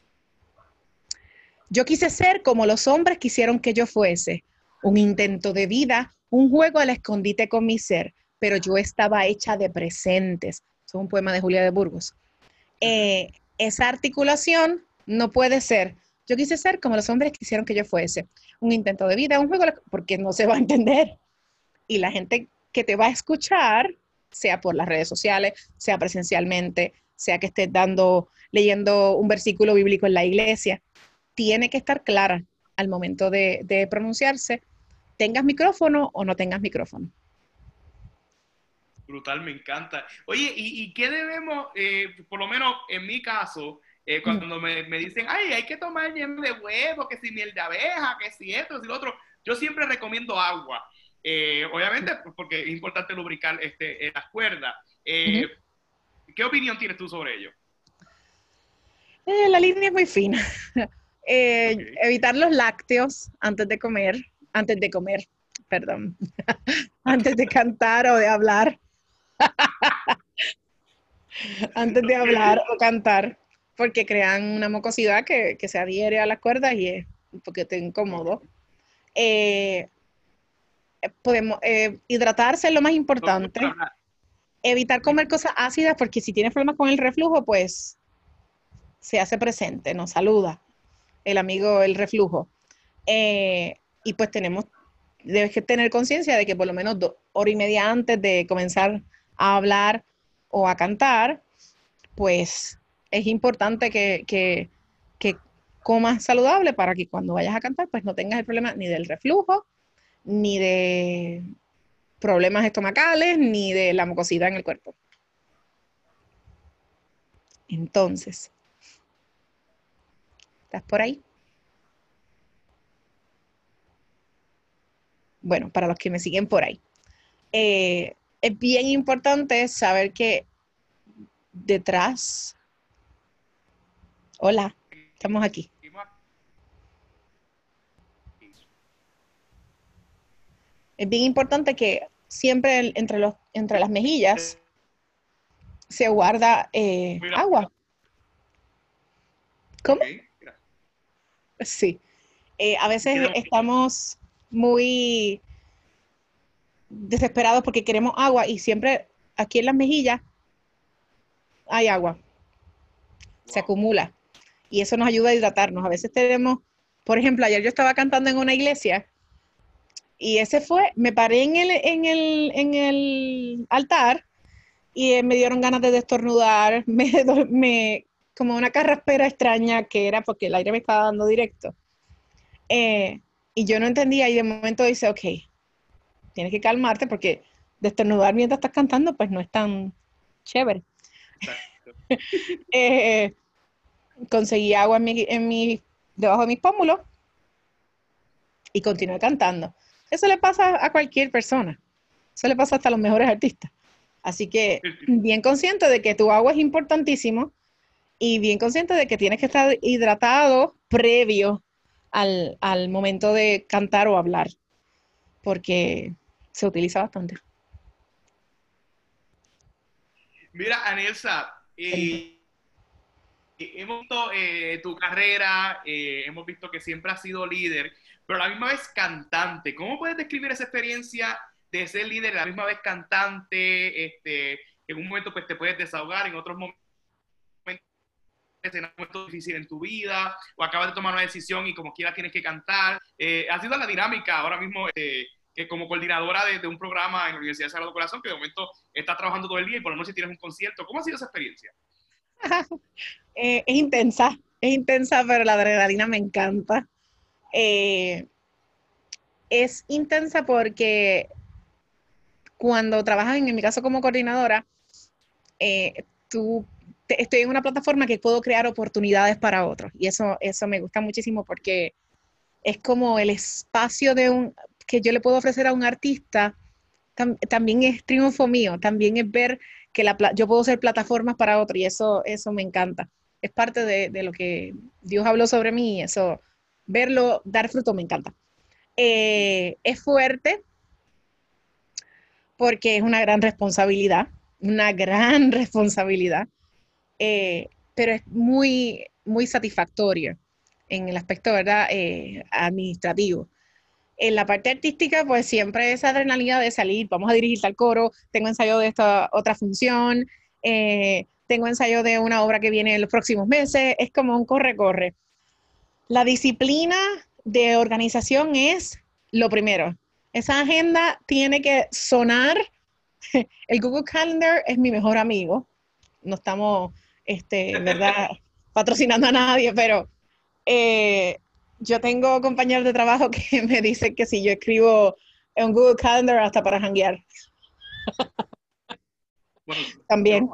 yo quise ser como los hombres quisieron que yo fuese, un intento de vida, un juego al escondite con mi ser, pero yo estaba hecha de presentes. Es un poema de Julia de Burgos. Esa articulación no puede ser. Yo quise ser como los hombres quisieron que yo fuese, un intento de vida, un juego, porque no se va a entender. Y la gente que te va a escuchar, sea por las redes sociales, sea presencialmente, sea que estés leyendo un versículo bíblico en la iglesia, tiene que estar clara al momento de pronunciarse, tengas micrófono o no tengas micrófono. Brutal, me encanta. Oye, ¿y qué debemos, por lo menos en mi caso, Mm. cuando me dicen, ay, hay que tomar yema de huevo, que si miel de abeja, que si esto, que si lo otro, yo siempre recomiendo agua. Obviamente, pues, porque es importante lubricar las cuerdas. Uh -huh. ¿Qué opinión tienes tú sobre ello? La línea es muy fina. Okay. Evitar los lácteos antes de comer, perdón, antes de cantar o de hablar, antes de hablar o cantar, porque crean una mucosidad que se adhiere a las cuerdas y es un poquito incómodo. Eh, hidratarse es lo más importante. Evitar comer cosas ácidas, porque si tienes problemas con el reflujo, pues se hace presente, nos saluda el amigo el reflujo. Y pues debes tener conciencia de que por lo menos 2 horas y media antes de comenzar a hablar o a cantar, pues es importante que comas saludable para que cuando vayas a cantar, pues no tengas el problema ni del reflujo, ni de problemas estomacales, ni de la mucosidad en el cuerpo. Entonces, ¿estás por ahí? Bueno, para los que me siguen por ahí. Es bien importante saber que detrás, hola, estamos aquí. Es bien importante que siempre entre las mejillas se guarda agua. ¿Cómo? Okay. Sí. A veces estamos muy desesperados porque queremos agua y siempre aquí en las mejillas hay agua, se acumula y eso nos ayuda a hidratarnos. A veces tenemos, por ejemplo, ayer yo estaba cantando en una iglesia y me paré en el altar y me dieron ganas de destornudar, como una carraspera extraña que era porque el aire me estaba dando directo. Y yo no entendía y de momento dice, ok, tienes que calmarte porque destornudar mientras estás cantando pues no es tan chévere. Conseguí agua debajo de mis pómulos y continué cantando. Eso le pasa a cualquier persona. Eso le pasa hasta a los mejores artistas. Así que bien consciente de que tu agua es importantísimo y bien consciente de que tienes que estar hidratado previo al momento de cantar o hablar, porque se utiliza bastante. Mira, Anelsa, hemos visto tu carrera, hemos visto que siempre has sido líder, pero a la misma vez cantante. ¿Cómo puedes describir esa experiencia de ser líder y a la misma vez cantante? En un momento pues te puedes desahogar, en otros momentos en un momento difícil en tu vida, o acabas de tomar una decisión y como quiera tienes que cantar. Ha sido la dinámica ahora mismo que como coordinadora de un programa en la Universidad de Sagrado Corazón, que de momento estás trabajando todo el día y por la noche tienes un concierto. ¿Cómo ha sido esa experiencia? Es intensa, pero la adrenalina me encanta. Es intensa porque cuando trabajas, en mi caso como coordinadora, estoy en una plataforma que puedo crear oportunidades para otros. Y eso me gusta muchísimo porque es como el espacio que yo le puedo ofrecer a un artista, también es triunfo mío, también es ver que yo puedo ser plataformas para otros y eso me encanta. Es parte de lo que Dios habló sobre mí y eso, verlo, dar fruto me encanta. Es fuerte porque es una gran responsabilidad, pero es muy, muy satisfactorio en el aspecto, ¿verdad? Administrativo. En la parte artística, pues siempre esa adrenalina de salir, vamos a dirigir tal coro, tengo ensayo de esta otra función, tengo ensayo de una obra que viene en los próximos meses, es como un corre-corre. La disciplina de organización es lo primero. Esa agenda tiene que sonar. El Google Calendar es mi mejor amigo. No estamos, ¿verdad? Patrocinando a nadie, pero yo tengo compañeros de trabajo que me dicen que si yo escribo en Google Calendar hasta para janguear. Bueno, También.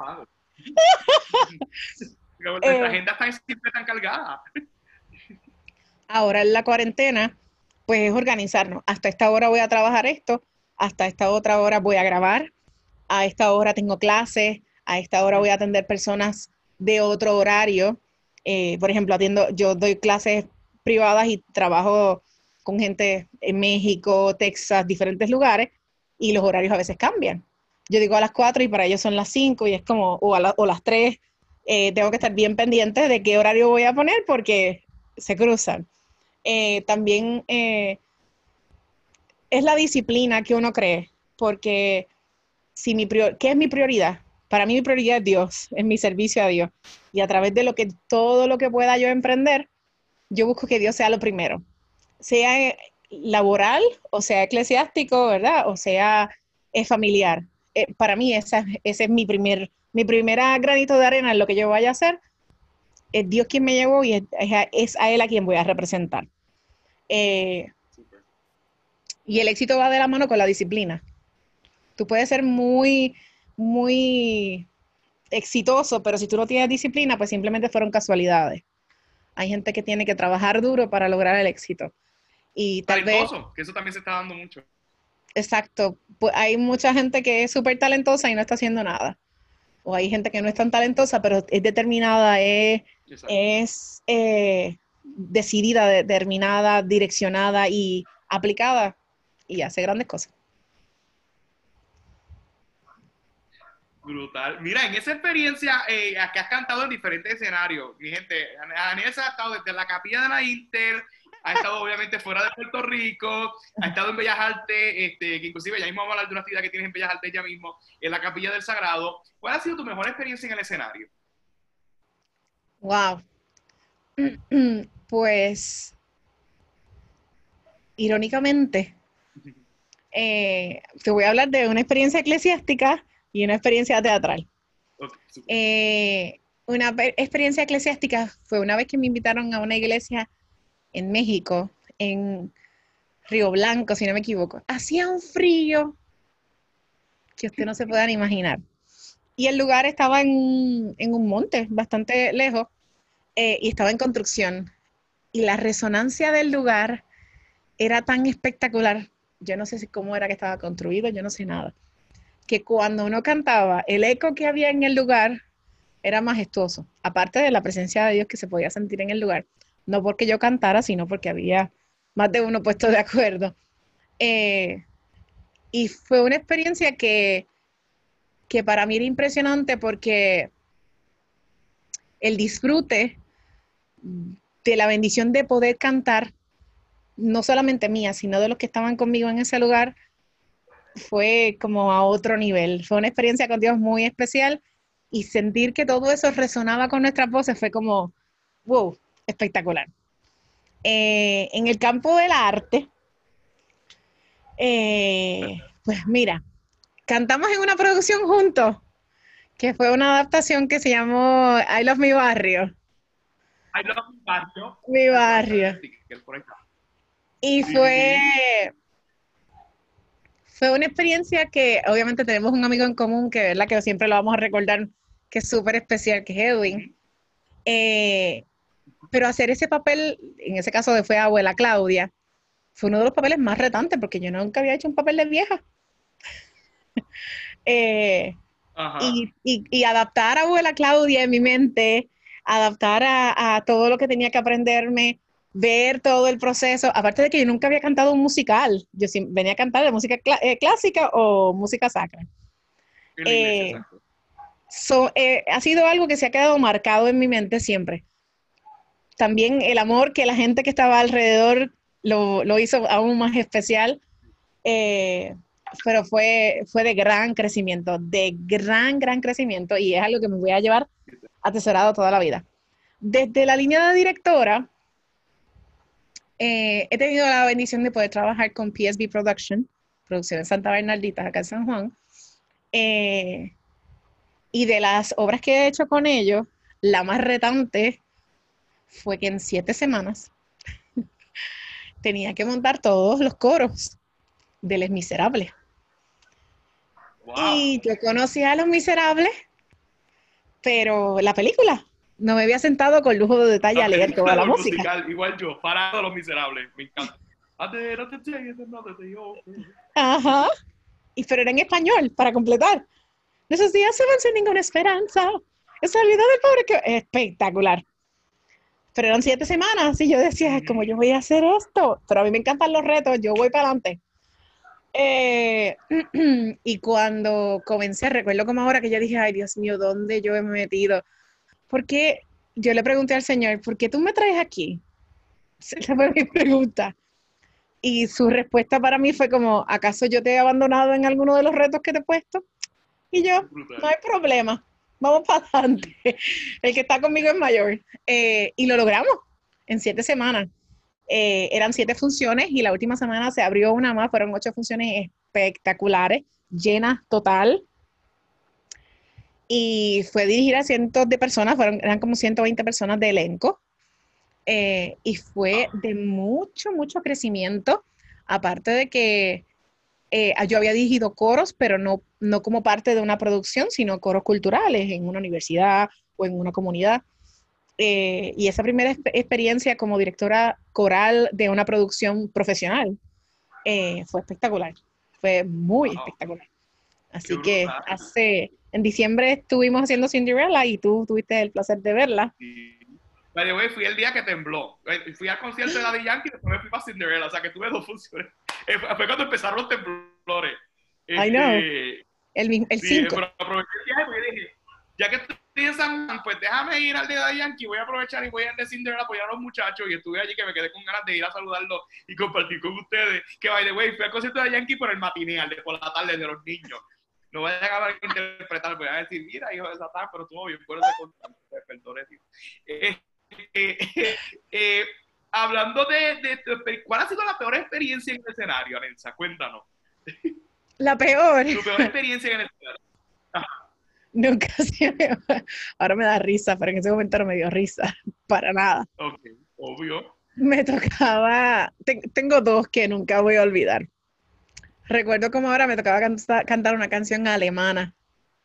Nuestra agenda está siempre tan cargada. Ahora en la cuarentena, pues es organizarnos. Hasta esta hora voy a trabajar esto, hasta esta otra hora voy a grabar, a esta hora tengo clases, a esta hora voy a atender personas de otro horario. Por ejemplo, yo doy clases privadas y trabajo con gente en México, Texas, diferentes lugares, y los horarios a veces cambian. Yo digo a las 4 y para ellos son las 5 y es como, o las 3. Tengo que estar bien pendiente de qué horario voy a poner porque se cruzan. También es la disciplina que uno cree, porque ¿qué es mi prioridad? Para mí mi prioridad es Dios, es mi servicio a Dios. Y a través de todo lo que pueda yo emprender, yo busco que Dios sea lo primero. Sea laboral, o sea eclesiástico, ¿verdad? O sea familiar. Para mí ese es mi primera granito de arena en lo que yo vaya a hacer. Es Dios quien me llevó y es a Él a quien voy a representar. Y el éxito va de la mano con la disciplina. Tú puedes ser muy, muy exitoso, pero si tú no tienes disciplina, pues simplemente fueron casualidades. Hay gente que tiene que trabajar duro para lograr el éxito. Y tal vez, Que eso también se está dando mucho. exacto, pues hay mucha gente que es súper talentosa y no está haciendo nada. O hay gente que no es tan talentosa, pero es determinada, es decidida, determinada, direccionada y aplicada y hace grandes cosas. Brutal. Mira, en esa experiencia que has cantado en diferentes escenarios, mi gente, Anelsa ha estado desde la capilla de la Inter, ha estado obviamente fuera de Puerto Rico, ha estado en Bellas Artes, que inclusive ya mismo vamos a hablar de una actividad que tienes en Bellas Artes ya mismo, en la capilla del Sagrado. ¿Cuál ha sido tu mejor experiencia en el escenario? Wow. Pues, irónicamente, te voy a hablar de una experiencia eclesiástica y una experiencia teatral. Okay, Una experiencia eclesiástica fue una vez que me invitaron a una iglesia en México, en Río Blanco, si no me equivoco. Hacía un frío que usted no se puedan imaginar. Y el lugar estaba en un monte bastante lejos y estaba en construcción. Y la resonancia del lugar era tan espectacular. Yo no sé cómo era que estaba construido, yo no sé nada. Que cuando uno cantaba, el eco que había en el lugar era majestuoso. Aparte de la presencia de Dios que se podía sentir en el lugar. No porque yo cantara, sino porque había más de uno puesto de acuerdo. Y fue una experiencia que para mí era impresionante porque el disfrute de la bendición de poder cantar, no solamente mía, sino de los que estaban conmigo en ese lugar, fue como a otro nivel. Fue una experiencia con Dios muy especial y sentir que todo eso resonaba con nuestras voces fue como, wow, espectacular. En el campo del arte, pues mira, cantamos en una producción juntos, que fue una adaptación que se llamó I Love Mi Barrio. I love mi barrio. Mi barrio. Por ahí está. Y Sí. fue una experiencia que obviamente tenemos un amigo en común que, ¿verdad? Que siempre lo vamos a recordar, que es súper especial, que es Edwin. Pero hacer ese papel, en ese caso fue Abuela Claudia, fue uno de los papeles más retantes porque yo nunca había hecho un papel de vieja. Y adaptar a Abuela Claudia en mi mente, adaptar a todo lo que tenía que aprenderme, ver todo el proceso, aparte de que yo nunca había cantado un musical, yo venía a cantar de música clásica o música sacra. Ha sido algo que se ha quedado marcado en mi mente siempre. También el amor que la gente que estaba alrededor lo hizo aún más especial, pero fue de gran crecimiento, gran crecimiento, y es algo que me voy a llevar atesorado toda la vida. Desde la línea de directora, he tenido la bendición de poder trabajar con PSB Production, Producciones Santa Bernardita, acá en San Juan, y de las obras que he hecho con ellos, la más retante fue que en 7 semanas tenía que montar todos los coros de Les Miserables. Wow. Y yo conocía a Los Miserables, pero la película no me había sentado con lujo de detalle a leer toda la música. Musical, igual yo, para Los Miserables, me encanta. Ajá. Pero era en español, para completar. Esos días se van sin ninguna esperanza. Esa vida del pobre que... Espectacular. Pero eran 7 semanas y yo decía, ¿cómo yo voy a hacer esto? Pero a mí me encantan los retos, yo voy para adelante. Y cuando comencé, recuerdo como ahora que yo dije, ay Dios mío, ¿dónde yo me he metido? Porque yo le pregunté al Señor, ¿por qué tú me traes aquí? Esa fue mi pregunta. Y su respuesta para mí fue como, ¿acaso yo te he abandonado en alguno de los retos que te he puesto? Y yo, no hay problema, vamos para adelante. El que está conmigo es mayor. Y lo logramos en 7 semanas. Eran 7 funciones y la última semana se abrió una más, fueron 8 funciones espectaculares, llenas total. Y fue dirigida a cientos de personas, eran como 120 personas de elenco. Y fue de mucho crecimiento, aparte de que yo había dirigido coros, pero no como parte de una producción, sino coros culturales en una universidad o en una comunidad. Y esa primera experiencia como directora coral de una producción profesional fue espectacular, fue muy espectacular. Así que en diciembre estuvimos haciendo Cinderella y tú tuviste el placer de verla. Sí. By the way, fui el día que tembló. Fui al concierto de Daddy Yankee y después me fui para Cinderella. O sea, que tuve 2 funciones. Fue cuando empezaron los temblores. I know. El 5. Sí, pero aproveché el viaje porque dije, ya que estoy en San Juan, pues déjame ir al de Daddy Yankee. Voy a aprovechar y voy al de Cinderella a apoyar a los muchachos. Y estuve allí que me quedé con ganas de ir a saludarlos y compartir con ustedes. Que, by the way, fui al concierto de Daddy Yankee por el matinee, por la tarde de los niños. No voy a acabar de interpretar, voy a decir, mira, hijo de Satán, pero estuvo bien, perdone, tío. Hablando ¿cuál ha sido la peor experiencia en el escenario, Anelsa? Cuéntanos. La peor. Tu peor experiencia en el escenario. Nunca se me... Ahora me da risa, pero en ese momento no me dio risa, para nada. Ok, obvio. Me tocaba... Tengo 2 que nunca voy a olvidar. Recuerdo como ahora me tocaba cantar una canción alemana.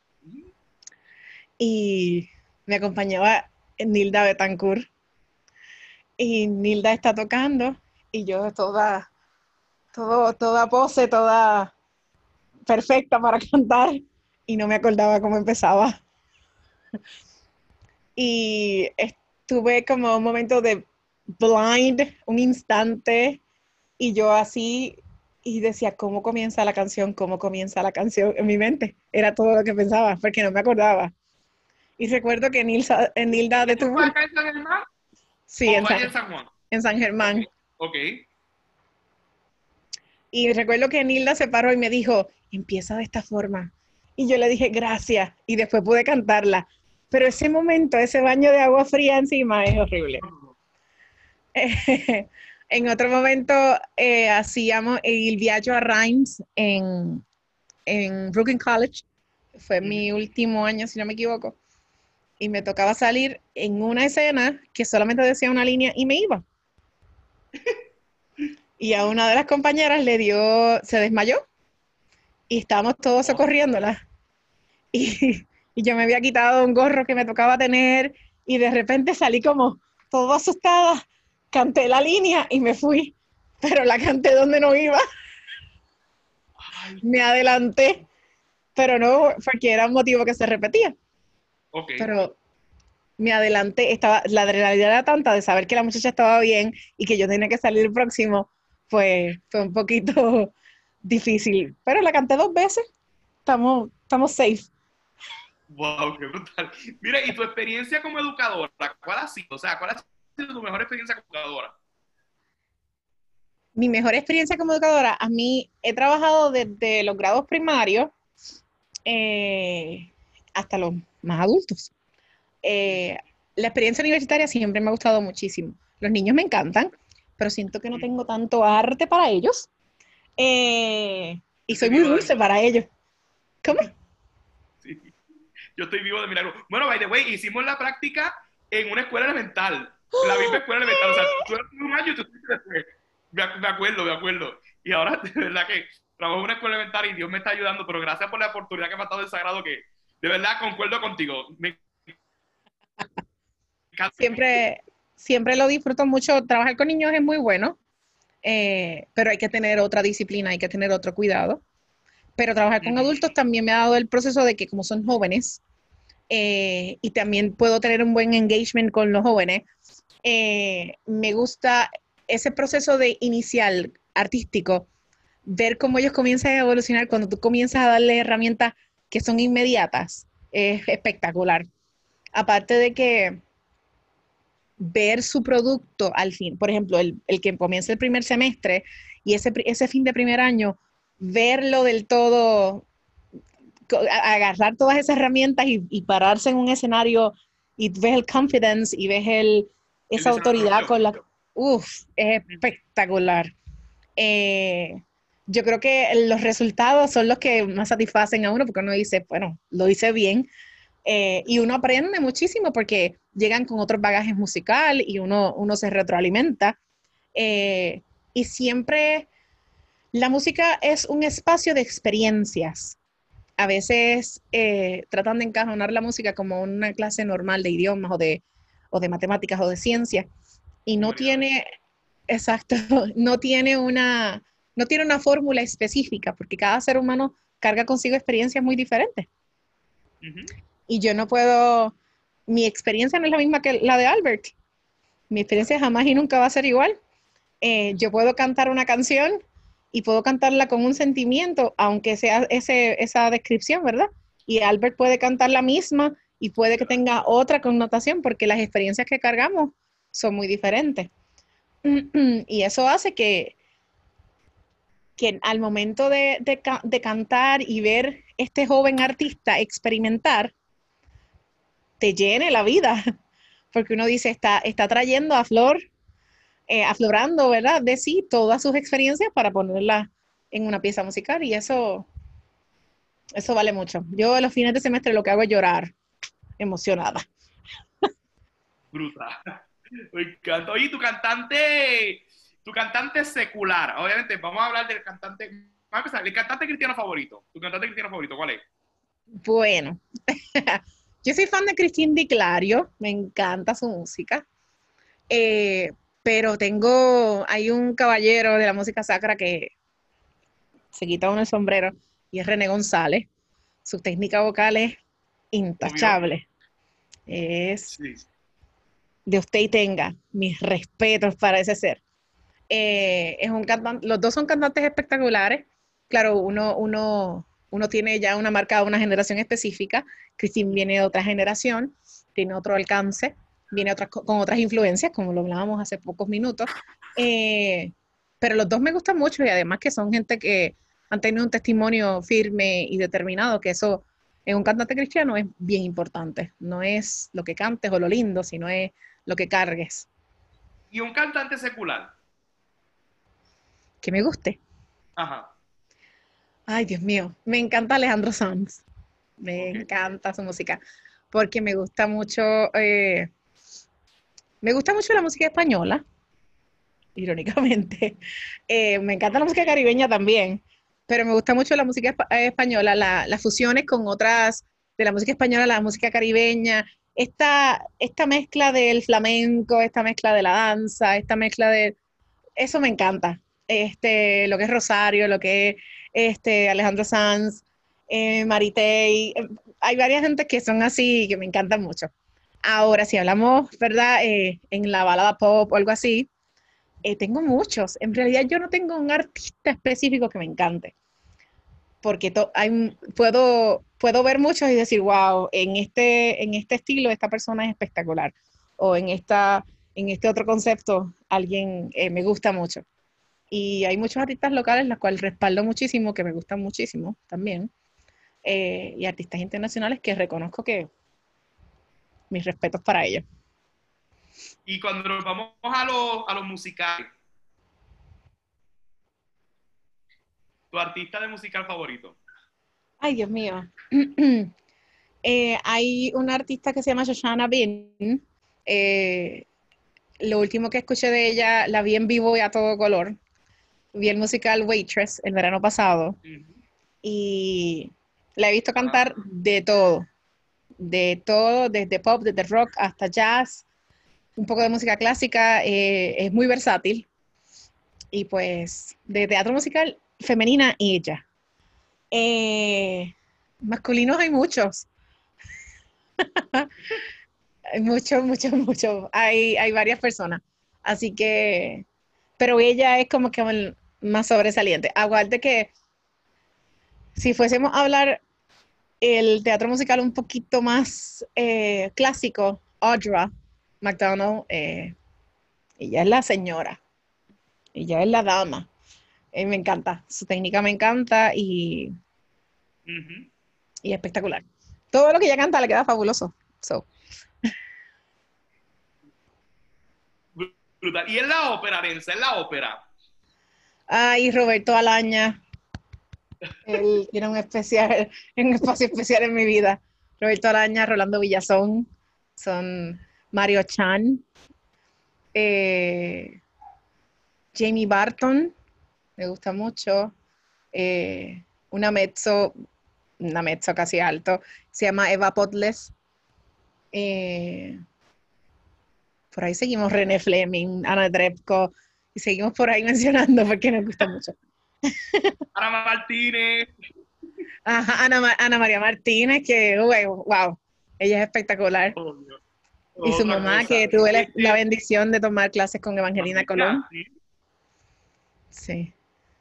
Y me acompañaba Nilda Betancourt. Y Nilda está tocando y yo toda pose, toda perfecta para cantar y no me acordaba cómo empezaba. Y estuve como un momento de blind, un instante, y yo así, y decía, ¿cómo comienza la canción? ¿Cómo comienza la canción? En mi mente era todo lo que pensaba, porque no me acordaba. Y recuerdo que Nilda detuvo... ¿Fue acá en San Germán? Sí, en San Juan. En San Germán. Okay. Y recuerdo que Nilda se paró y me dijo, empieza de esta forma. Y yo le dije, gracias. Y después pude cantarla. Pero ese momento, ese baño de agua fría encima es horrible. En otro momento hacíamos el viaje a Reims en Brooklyn College. Fue mi último año, si no me equivoco. Y me tocaba salir en una escena que solamente decía una línea y me iba. Y a una de las compañeras se desmayó y estábamos todos socorriéndola. Y yo me había quitado un gorro que me tocaba tener y de repente salí como todo asustada, canté la línea y me fui, pero la canté donde no iba. Me adelanté, pero no, porque era un motivo que se repetía. Ok. Pero me adelanté, la adrenalina era tanta de saber que la muchacha estaba bien y que yo tenía que salir el próximo, pues fue un poquito difícil. Pero la canté 2 veces, estamos safe. Wow, qué brutal. Mira, y tu experiencia como educadora, ¿cuál ha sido? O sea, ¿cuál ha sido tu mejor experiencia como educadora? Mi mejor experiencia como educadora, a mí he trabajado desde los grados primarios hasta los más adultos. La experiencia universitaria siempre me ha gustado muchísimo. Los niños me encantan, pero siento que no tengo tanto arte para ellos. Y soy muy dulce para ellos. ¿Cómo? Sí. Yo estoy vivo de milagro. Bueno, by the way, hicimos la práctica en una escuela elemental. La misma escuela elemental. O sea, tú eres un año y tú estuviste después. Me acuerdo. Y ahora, de verdad que trabajo en una escuela elemental y Dios me está ayudando, pero gracias por la oportunidad que me ha dado el Sagrado, que de verdad concuerdo contigo. Me encanta. Siempre lo disfruto mucho. Trabajar con niños es muy bueno, pero hay que tener otra disciplina, hay que tener otro cuidado. Pero trabajar con adultos también me ha dado el proceso de que como son jóvenes, y también puedo tener un buen engagement con los jóvenes, me gusta ese proceso de inicial artístico, ver cómo ellos comienzan a evolucionar cuando tú comienzas a darle herramientas que son inmediatas, es espectacular. Aparte de que ver su producto al fin, por ejemplo, el que comienza el primer semestre y ese fin de primer año, verlo del todo, agarrar todas esas herramientas y pararse en un escenario y ves el confidence y ves esa autoridad con la... Uf, es espectacular. Yo creo que los resultados son los que más satisfacen a uno porque uno dice, bueno, lo hice bien. Y uno aprende muchísimo porque llegan con otros bagajes musical y uno se retroalimenta. Y siempre la música es un espacio de experiencias. A veces tratan de encajonar la música como una clase normal de idiomas o de matemáticas o de ciencias y no tiene, exacto, no tiene una fórmula específica porque cada ser humano carga consigo experiencias muy diferentes. Y yo no puedo, mi experiencia no es la misma que la de Albert. Mi experiencia jamás y nunca va a ser igual. Yo puedo cantar una canción y puedo cantarla con un sentimiento, aunque sea esa descripción, ¿verdad? Y Albert puede cantar la misma y puede que tenga otra connotación porque las experiencias que cargamos son muy diferentes. Y eso hace que al momento de cantar y ver este joven artista experimentar, te llene la vida, porque uno dice, está trayendo aflorando, ¿verdad? De sí todas sus experiencias para ponerlas en una pieza musical y eso vale mucho. Yo a los fines de semestre lo que hago es llorar, emocionada. Brutal. Me encanta. Oye, tu cantante secular. Obviamente, vamos a hablar del cantante. Vamos a empezar. El cantante cristiano favorito. ¿Tu cantante cristiano favorito cuál es? Bueno, yo soy fan de Cristín Di Clario, me encanta su música, pero hay un caballero de la música sacra que se quita uno el sombrero y es René González. Su técnica vocal es intachable. Es Sí. de usted y tenga mis respetos para ese ser. Es un cantante, los dos son cantantes espectaculares. Claro, uno tiene ya una marca de una generación específica. Cristín viene de otra generación, tiene otro alcance, viene con otras influencias, como lo hablábamos hace pocos minutos. Pero los dos me gustan mucho y además que son gente que han tenido un testimonio firme y determinado, que eso en un cantante cristiano es bien importante. No es lo que cantes o lo lindo, sino es lo que cargues. Y un cantante secular. Que me guste. Ajá. Ay, Dios mío, me encanta Alejandro Sanz. Me Ok. encanta su música, porque me gusta mucho la música española, irónicamente. Me encanta la música caribeña también, pero me gusta mucho la música española, las fusiones con otras, de la música española, la música caribeña, esta mezcla del flamenco, esta mezcla de la danza, esta mezcla de... Eso me encanta. Lo que es Rosario, lo que es Alejandro Sanz, Maritey. Hay varias gente que son así que me encantan mucho. Ahora, si hablamos, ¿verdad? En la balada pop o algo así, tengo muchos. En realidad yo no tengo un artista específico que me encante, porque puedo ver muchos y decir, wow, en este estilo esta persona es espectacular, o en este otro concepto alguien me gusta mucho. Y hay muchos artistas locales, los cuales respaldo muchísimo, que me gustan muchísimo también, y artistas internacionales que reconozco que mis respetos para ellos. Y cuando nos vamos a los musicales, tu artista de musical favorito. Ay, Dios mío. Hay una artista que se llama Shoshana Bean. Eh, lo último que escuché de ella, la vi en vivo y a todo color. Vi el musical Waitress el verano pasado y la he visto cantar de todo, desde pop, desde rock hasta jazz, un poco de música clásica. Es muy versátil. Y pues de teatro musical femenina y ella. Masculinos hay muchos. Hay muchos, muchos, muchos. Hay varias personas. Así que, pero ella es como que el más sobresaliente. Aguarde que si fuésemos a hablar el teatro musical un poquito más clásico, Audra McDonald, ella es la señora, ella es la dama. Me encanta, su técnica me encanta y espectacular. Todo lo que ella canta le queda fabuloso. So. Brutal. Y en la ópera, Densa, en la ópera. Ay, Roberto Alaña. Él tiene un espacio especial en mi vida. Roberto Araña, Rolando Villazón, son Mario Chan, eh, Jamie Barton, me gusta mucho, una mezzo casi alto, se llama Eva Potles. Por ahí seguimos René Fleming, Ana Trebko, y seguimos por ahí mencionando porque nos gusta mucho. Ana Martínez. Ajá, Ana María Martínez, que, wow, ella es espectacular. Oh, Dios. Y su Otra mamá, cosa. que tuve la bendición de tomar clases con Evangelina Colón. ¿Sí? Sí.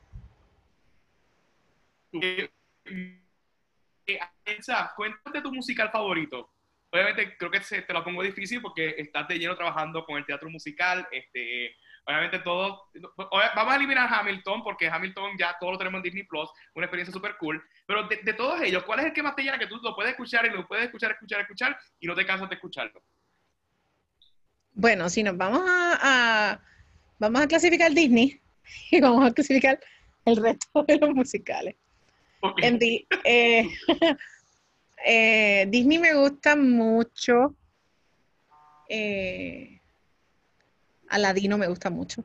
Elsa, cuéntate tu musical favorito. Obviamente creo que te lo pongo difícil porque estás de lleno trabajando con el teatro musical. Obviamente vamos a eliminar Hamilton porque Hamilton ya todo lo tenemos en Disney Plus, una experiencia súper cool. Pero de todos ellos, ¿cuál es el que más te llena que tú lo puedes escuchar y lo puedes escuchar y no te cansas de escucharlo? Bueno, si nos vamos a clasificar Disney y vamos a clasificar el resto de los musicales. Okay. Disney me gusta mucho. Aladino me gusta mucho.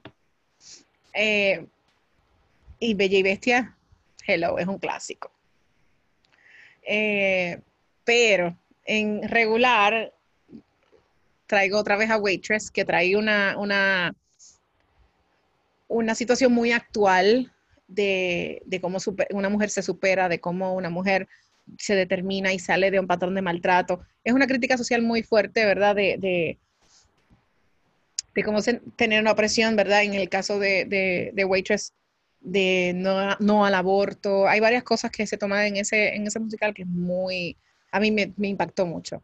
Y Bella y Bestia, hello, es un clásico. Pero en regular traigo otra vez a Waitress, que trae una situación muy actual de cómo una mujer se supera, de cómo una mujer se determina y sale de un patrón de maltrato. Es una crítica social muy fuerte, ¿verdad? De cómo tener una opresión, ¿verdad? En el caso de Waitress, de no al aborto. Hay varias cosas que se toman en ese musical que es a mí me impactó mucho.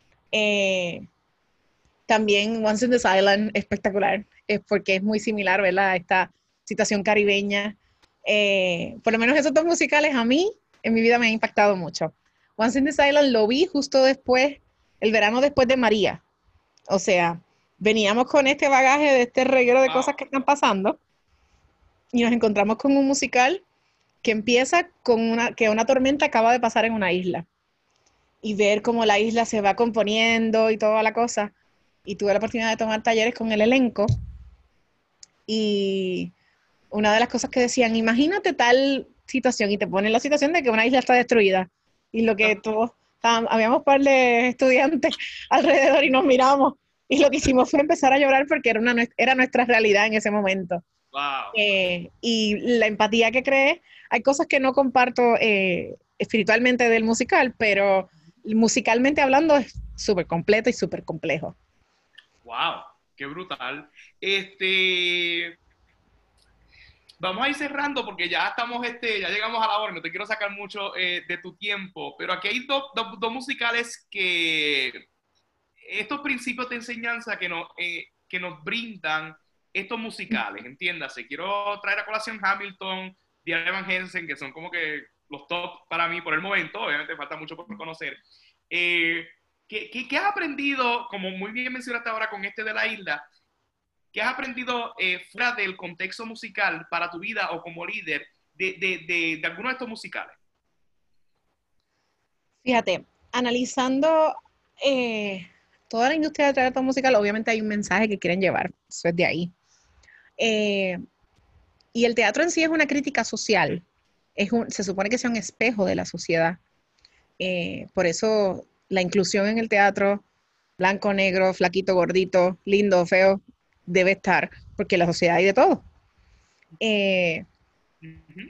También Once in this Island, espectacular, es porque es muy similar, ¿verdad? A esta situación caribeña. Por lo menos esos dos musicales a mí, en mi vida me han impactado mucho. Once in the Island lo vi justo después, el verano después de María. O sea, veníamos con este bagaje de este reguero de cosas Wow. que están pasando y nos encontramos con un musical que empieza con que una tormenta acaba de pasar en una isla y ver cómo la isla se va componiendo y toda la cosa. Y tuve la oportunidad de tomar talleres con el elenco y una de las cosas que decían, imagínate tal situación y te ponen la situación de que una isla está destruida y lo que todos, habíamos un par de estudiantes alrededor y nos miramos y lo que hicimos fue empezar a llorar porque era nuestra realidad en ese momento. Wow. Y la empatía que creé, hay cosas que no comparto espiritualmente del musical, pero musicalmente hablando es súper completo y súper complejo. Wow. Qué brutal. Vamos a ir cerrando porque ya estamos, ya llegamos a la hora, no te quiero sacar mucho de tu tiempo, pero aquí hay dos musicales que estos principios de enseñanza que nos brindan estos musicales, entiéndase. Quiero traer a colación Hamilton, Dear Evan Hansen, que son como que los top para mí por el momento, obviamente falta mucho por conocer. Eh, ¿Qué has aprendido, como muy bien mencionaste ahora con este de la isla, qué has aprendido fuera del contexto musical para tu vida o como líder de alguno de estos musicales? Fíjate, analizando toda la industria del teatro musical, obviamente hay un mensaje que quieren llevar, eso es de ahí. Eh, y el teatro en sí es una crítica social, se supone que sea un espejo de la sociedad. Por eso la inclusión en el teatro, blanco, negro, flaquito, gordito, lindo, feo, debe estar, porque en la sociedad hay de todo. Eh, Uh-huh.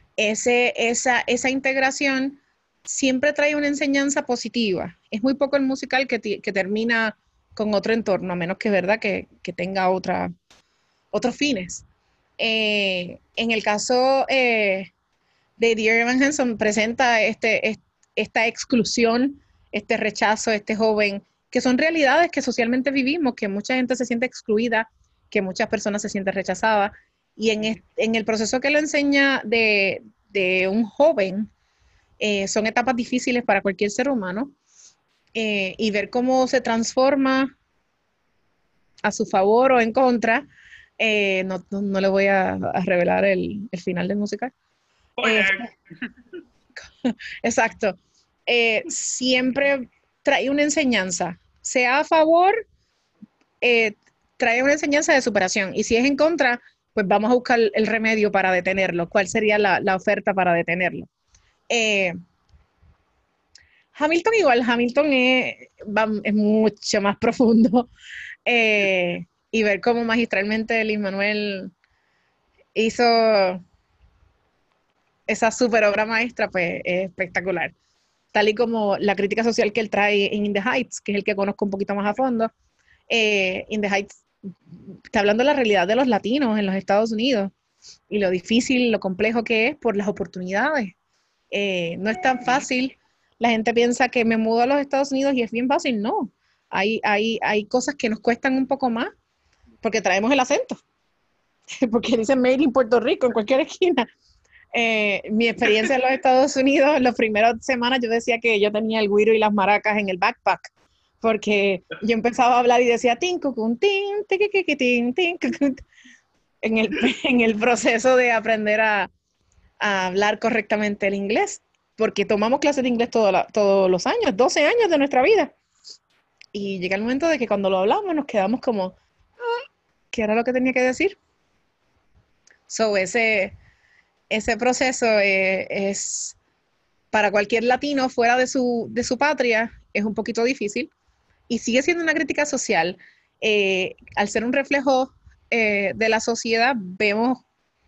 esa integración siempre trae una enseñanza positiva. Es muy poco el musical que termina con otro entorno, a menos que es verdad que tenga otros fines. En el caso de Dear Evan Hansen presenta esta exclusión, este rechazo, este joven, que son realidades que socialmente vivimos, que mucha gente se siente excluida, que muchas personas se sienten rechazadas. Y en el proceso que lo enseña de un joven, son etapas difíciles para cualquier ser humano, y ver cómo se transforma a su favor o en contra. No le voy a revelar el final del musical. Eh, Spoiler. exacto. Siempre trae una enseñanza, sea a favor, eh, trae una enseñanza de superación, y si es en contra, pues vamos a buscar el remedio para detenerlo. ¿Cuál sería la oferta para detenerlo? Eh, Hamilton igual, Hamilton es mucho más profundo, y ver cómo magistralmente Lin-Manuel hizo esa super obra maestra, pues es espectacular. Tal y como la crítica social que él trae en In the Heights, que es el que conozco un poquito más a fondo. In the Heights está hablando de la realidad de los latinos en los Estados Unidos y lo difícil, lo complejo que es por las oportunidades. No es tan fácil. La gente piensa que me mudo a los Estados Unidos y es bien fácil. No, hay cosas que nos cuestan un poco más porque traemos el acento, porque dicen Made in Puerto Rico en cualquier esquina. Mi experiencia en los Estados Unidos, las primeras semanas yo decía que yo tenía el güiro y las maracas en el backpack, porque yo empezaba a hablar y decía tin, cucun, tin, tiquiquiquitín, tin, cucun, en el proceso de aprender a hablar correctamente el inglés, porque tomamos clases de inglés todos los años, 12 años de nuestra vida. Y llega el momento de que cuando lo hablamos nos quedamos como, ¿qué era lo que tenía que decir? So, ese proceso es para cualquier latino fuera de su patria, es un poquito difícil y sigue siendo una crítica social. Al ser un reflejo de la sociedad, vemos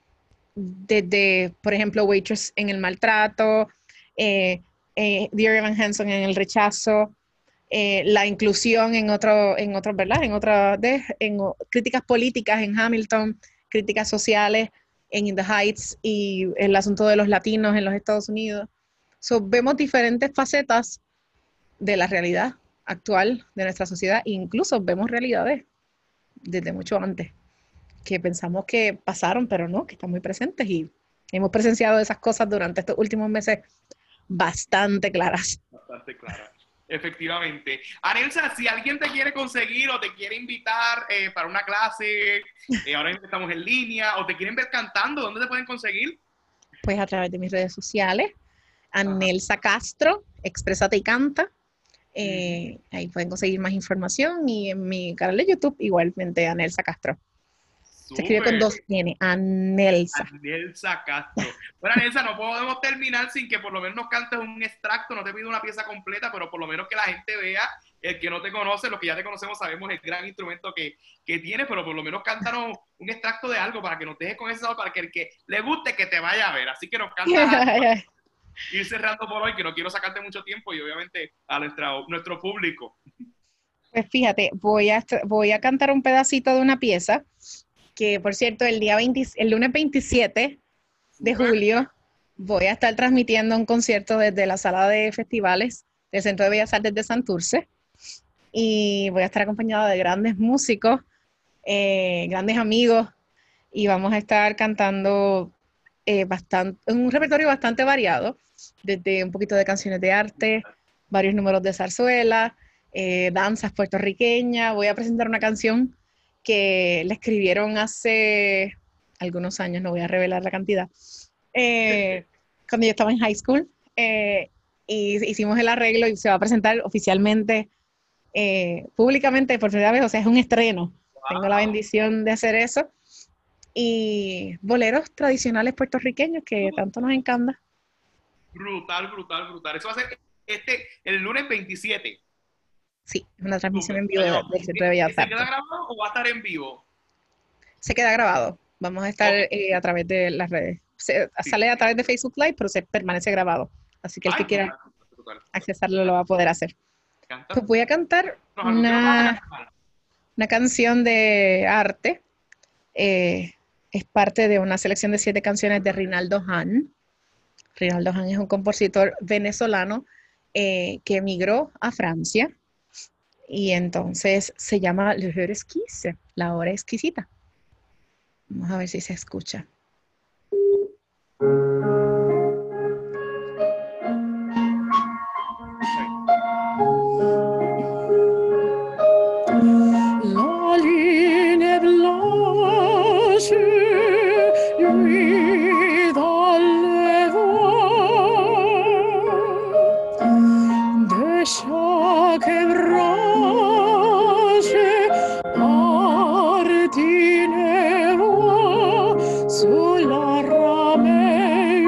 desde, por ejemplo, Waitress en el maltrato, Dear Evan Hansen en el rechazo, la inclusión en otros, ¿verdad? En críticas políticas en Hamilton, críticas sociales en In the Heights y el asunto de los latinos en los Estados Unidos. So, vemos diferentes facetas de la realidad actual de nuestra sociedad e incluso vemos realidades desde mucho antes que pensamos que pasaron, pero no, que están muy presentes y hemos presenciado esas cosas durante estos últimos meses bastante claras. Bastante clara. Efectivamente. Anelsa, si alguien te quiere conseguir o te quiere invitar para una clase, ahora mismo estamos en línea, o te quieren ver cantando, ¿dónde te pueden conseguir? Pues a través de mis redes sociales, Anelsa Castro, Exprésate y Canta. Ahí pueden conseguir más información y en mi canal de YouTube igualmente Anelsa Castro. Se escribe con 2 N, Anelsa. Anelsa Castro. Bueno, Anelsa, no podemos terminar sin que por lo menos nos cantes un extracto, no te pido una pieza completa, pero por lo menos que la gente vea, el que no te conoce, los que ya te conocemos sabemos el gran instrumento que tienes, pero por lo menos cántanos un extracto de algo para que nos dejes con ese sabor, para que el que le guste que te vaya a ver. Así que nos cantas algo, ir cerrando por hoy, que no quiero sacarte mucho tiempo y obviamente a nuestro público. Pues fíjate, voy a cantar un pedacito de una pieza que, por cierto, el lunes 27 de julio voy a estar transmitiendo un concierto desde la sala de festivales del Centro de Bellas Artes de Santurce y voy a estar acompañada de grandes músicos, grandes amigos, y vamos a estar cantando un repertorio bastante variado, desde un poquito de canciones de arte, varios números de zarzuela, danzas puertorriqueñas. Voy a presentar una canción que la escribieron hace algunos años, no voy a revelar la cantidad, cuando yo estaba en high school, y hicimos el arreglo y se va a presentar oficialmente, públicamente por primera vez, o sea, es un estreno. Wow. Tengo la bendición de hacer eso. Y boleros tradicionales puertorriqueños que tanto nos encanta. Brutal, brutal, brutal. Eso va a ser el lunes 27. Sí, es una transmisión en vivo del Centro de Bellas Artes. ¿Se queda grabado o va a estar en vivo? Se queda grabado. Vamos a estar a través de las redes. Sale a través de Facebook Live, pero se permanece grabado. Así que el que quiera accesarlo lo va a poder hacer. Pues voy a cantar una canción de arte. Es parte de una selección de 7 canciones de Rinaldo Hahn. Rinaldo Hahn es un compositor venezolano que emigró a Francia. Y entonces se llama Le Heure Esquisse, la hora exquisita. Vamos a ver si se escucha. La ligne blanche, lui dans le vent, de chaque branche, ordine sous la ramée.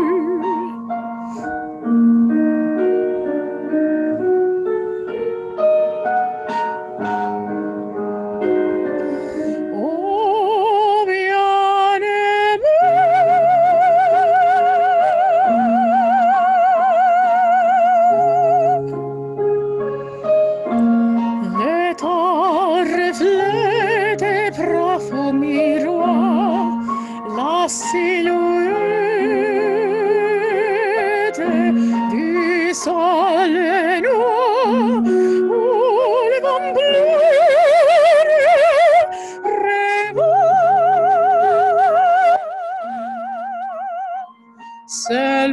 Oh, bien-aimé, de ton reflet profond miroir, la silhouette du sol noir, où le vent bleu se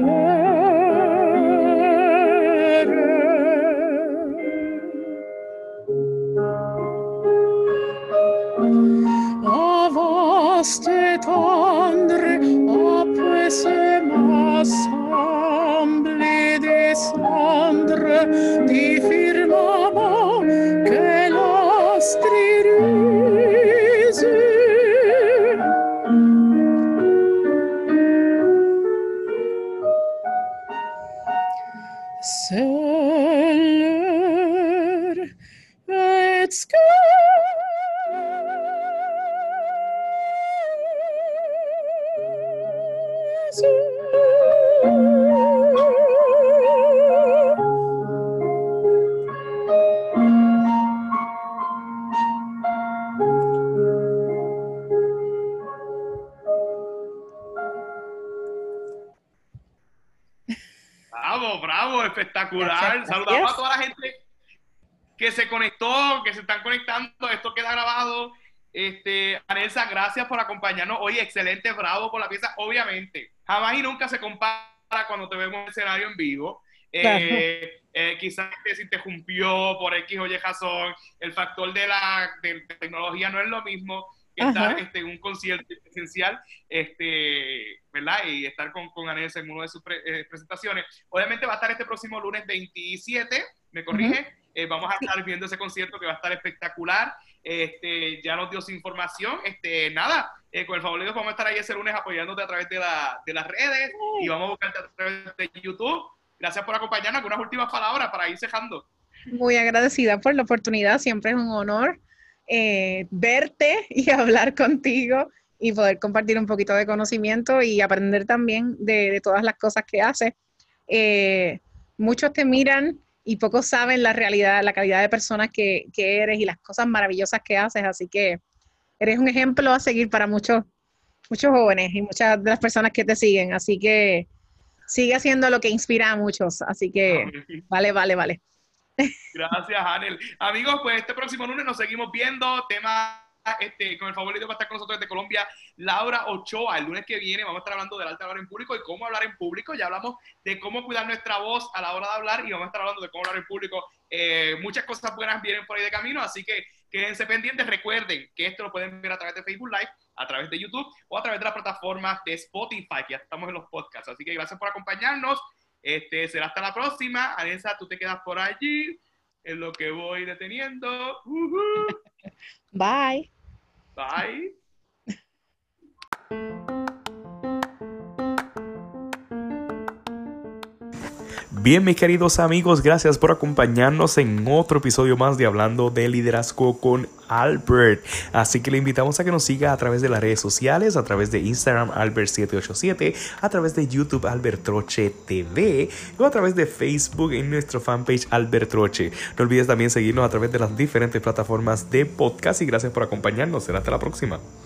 vaste tendre, après m'assemble descendre du firmament que l'astre ruse. C'est l'heure exquise. Bravo, bravo, espectacular. Gracias. Saludamos a toda la gente que se conectó, que se están conectando. Esto queda grabado. Anelsa, gracias por acompañarnos. Oye, excelente, bravo por la pieza. Obviamente, jamás y nunca se compara cuando te vemos en el escenario en vivo. Claro. Quizás si te jumpió por X o Y razón, el factor de la tecnología no es lo mismo que estar en un concierto presencial, ¿verdad? Y estar con Anel en una de sus presentaciones. Obviamente va a estar este próximo lunes 27, ¿me corrige? Vamos a estar viendo ese concierto que va a estar espectacular. Ya nos dio su información. Nada, con el favor de Dios vamos a estar ahí ese lunes apoyándote a través de las redes y vamos a buscarte a través de YouTube. Gracias por acompañarnos. Algunas últimas palabras para ir cejando. Muy agradecida por la oportunidad. Siempre es un honor verte y hablar contigo y poder compartir un poquito de conocimiento y aprender también de todas las cosas que haces. Muchos te miran y pocos saben la realidad, la calidad de personas que eres y las cosas maravillosas que haces. Así que eres un ejemplo a seguir para muchos jóvenes y muchas de las personas que te siguen. Así que sigue haciendo lo que inspira a muchos. Así que vale. Gracias, Anel. Amigos, pues este próximo lunes nos seguimos viendo. Tema, con el favorito va a estar con nosotros desde Colombia, Laura Ochoa. El lunes que viene vamos a estar hablando del arte de hablar en público y cómo hablar en público. Ya hablamos de cómo cuidar nuestra voz a la hora de hablar y vamos a estar hablando de cómo hablar en público. Muchas cosas buenas vienen por ahí de camino, así que quédense pendientes. Recuerden que esto lo pueden ver a través de Facebook Live, a través de YouTube o a través de las plataformas de Spotify, que ya estamos en los podcasts. Así que gracias por acompañarnos. Será hasta la próxima. Anelsa, tú te quedas por allí en lo que voy deteniendo. Bye. Bye. Bien, mis queridos amigos, gracias por acompañarnos en otro episodio más de Hablando de Liderazgo con Albert. Así que le invitamos a que nos siga a través de las redes sociales, a través de Instagram Albert787, a través de YouTube Albert Troche TV o a través de Facebook en nuestro fanpage Albert Troche. No olvides también seguirnos a través de las diferentes plataformas de podcast y gracias por acompañarnos. Será hasta la próxima.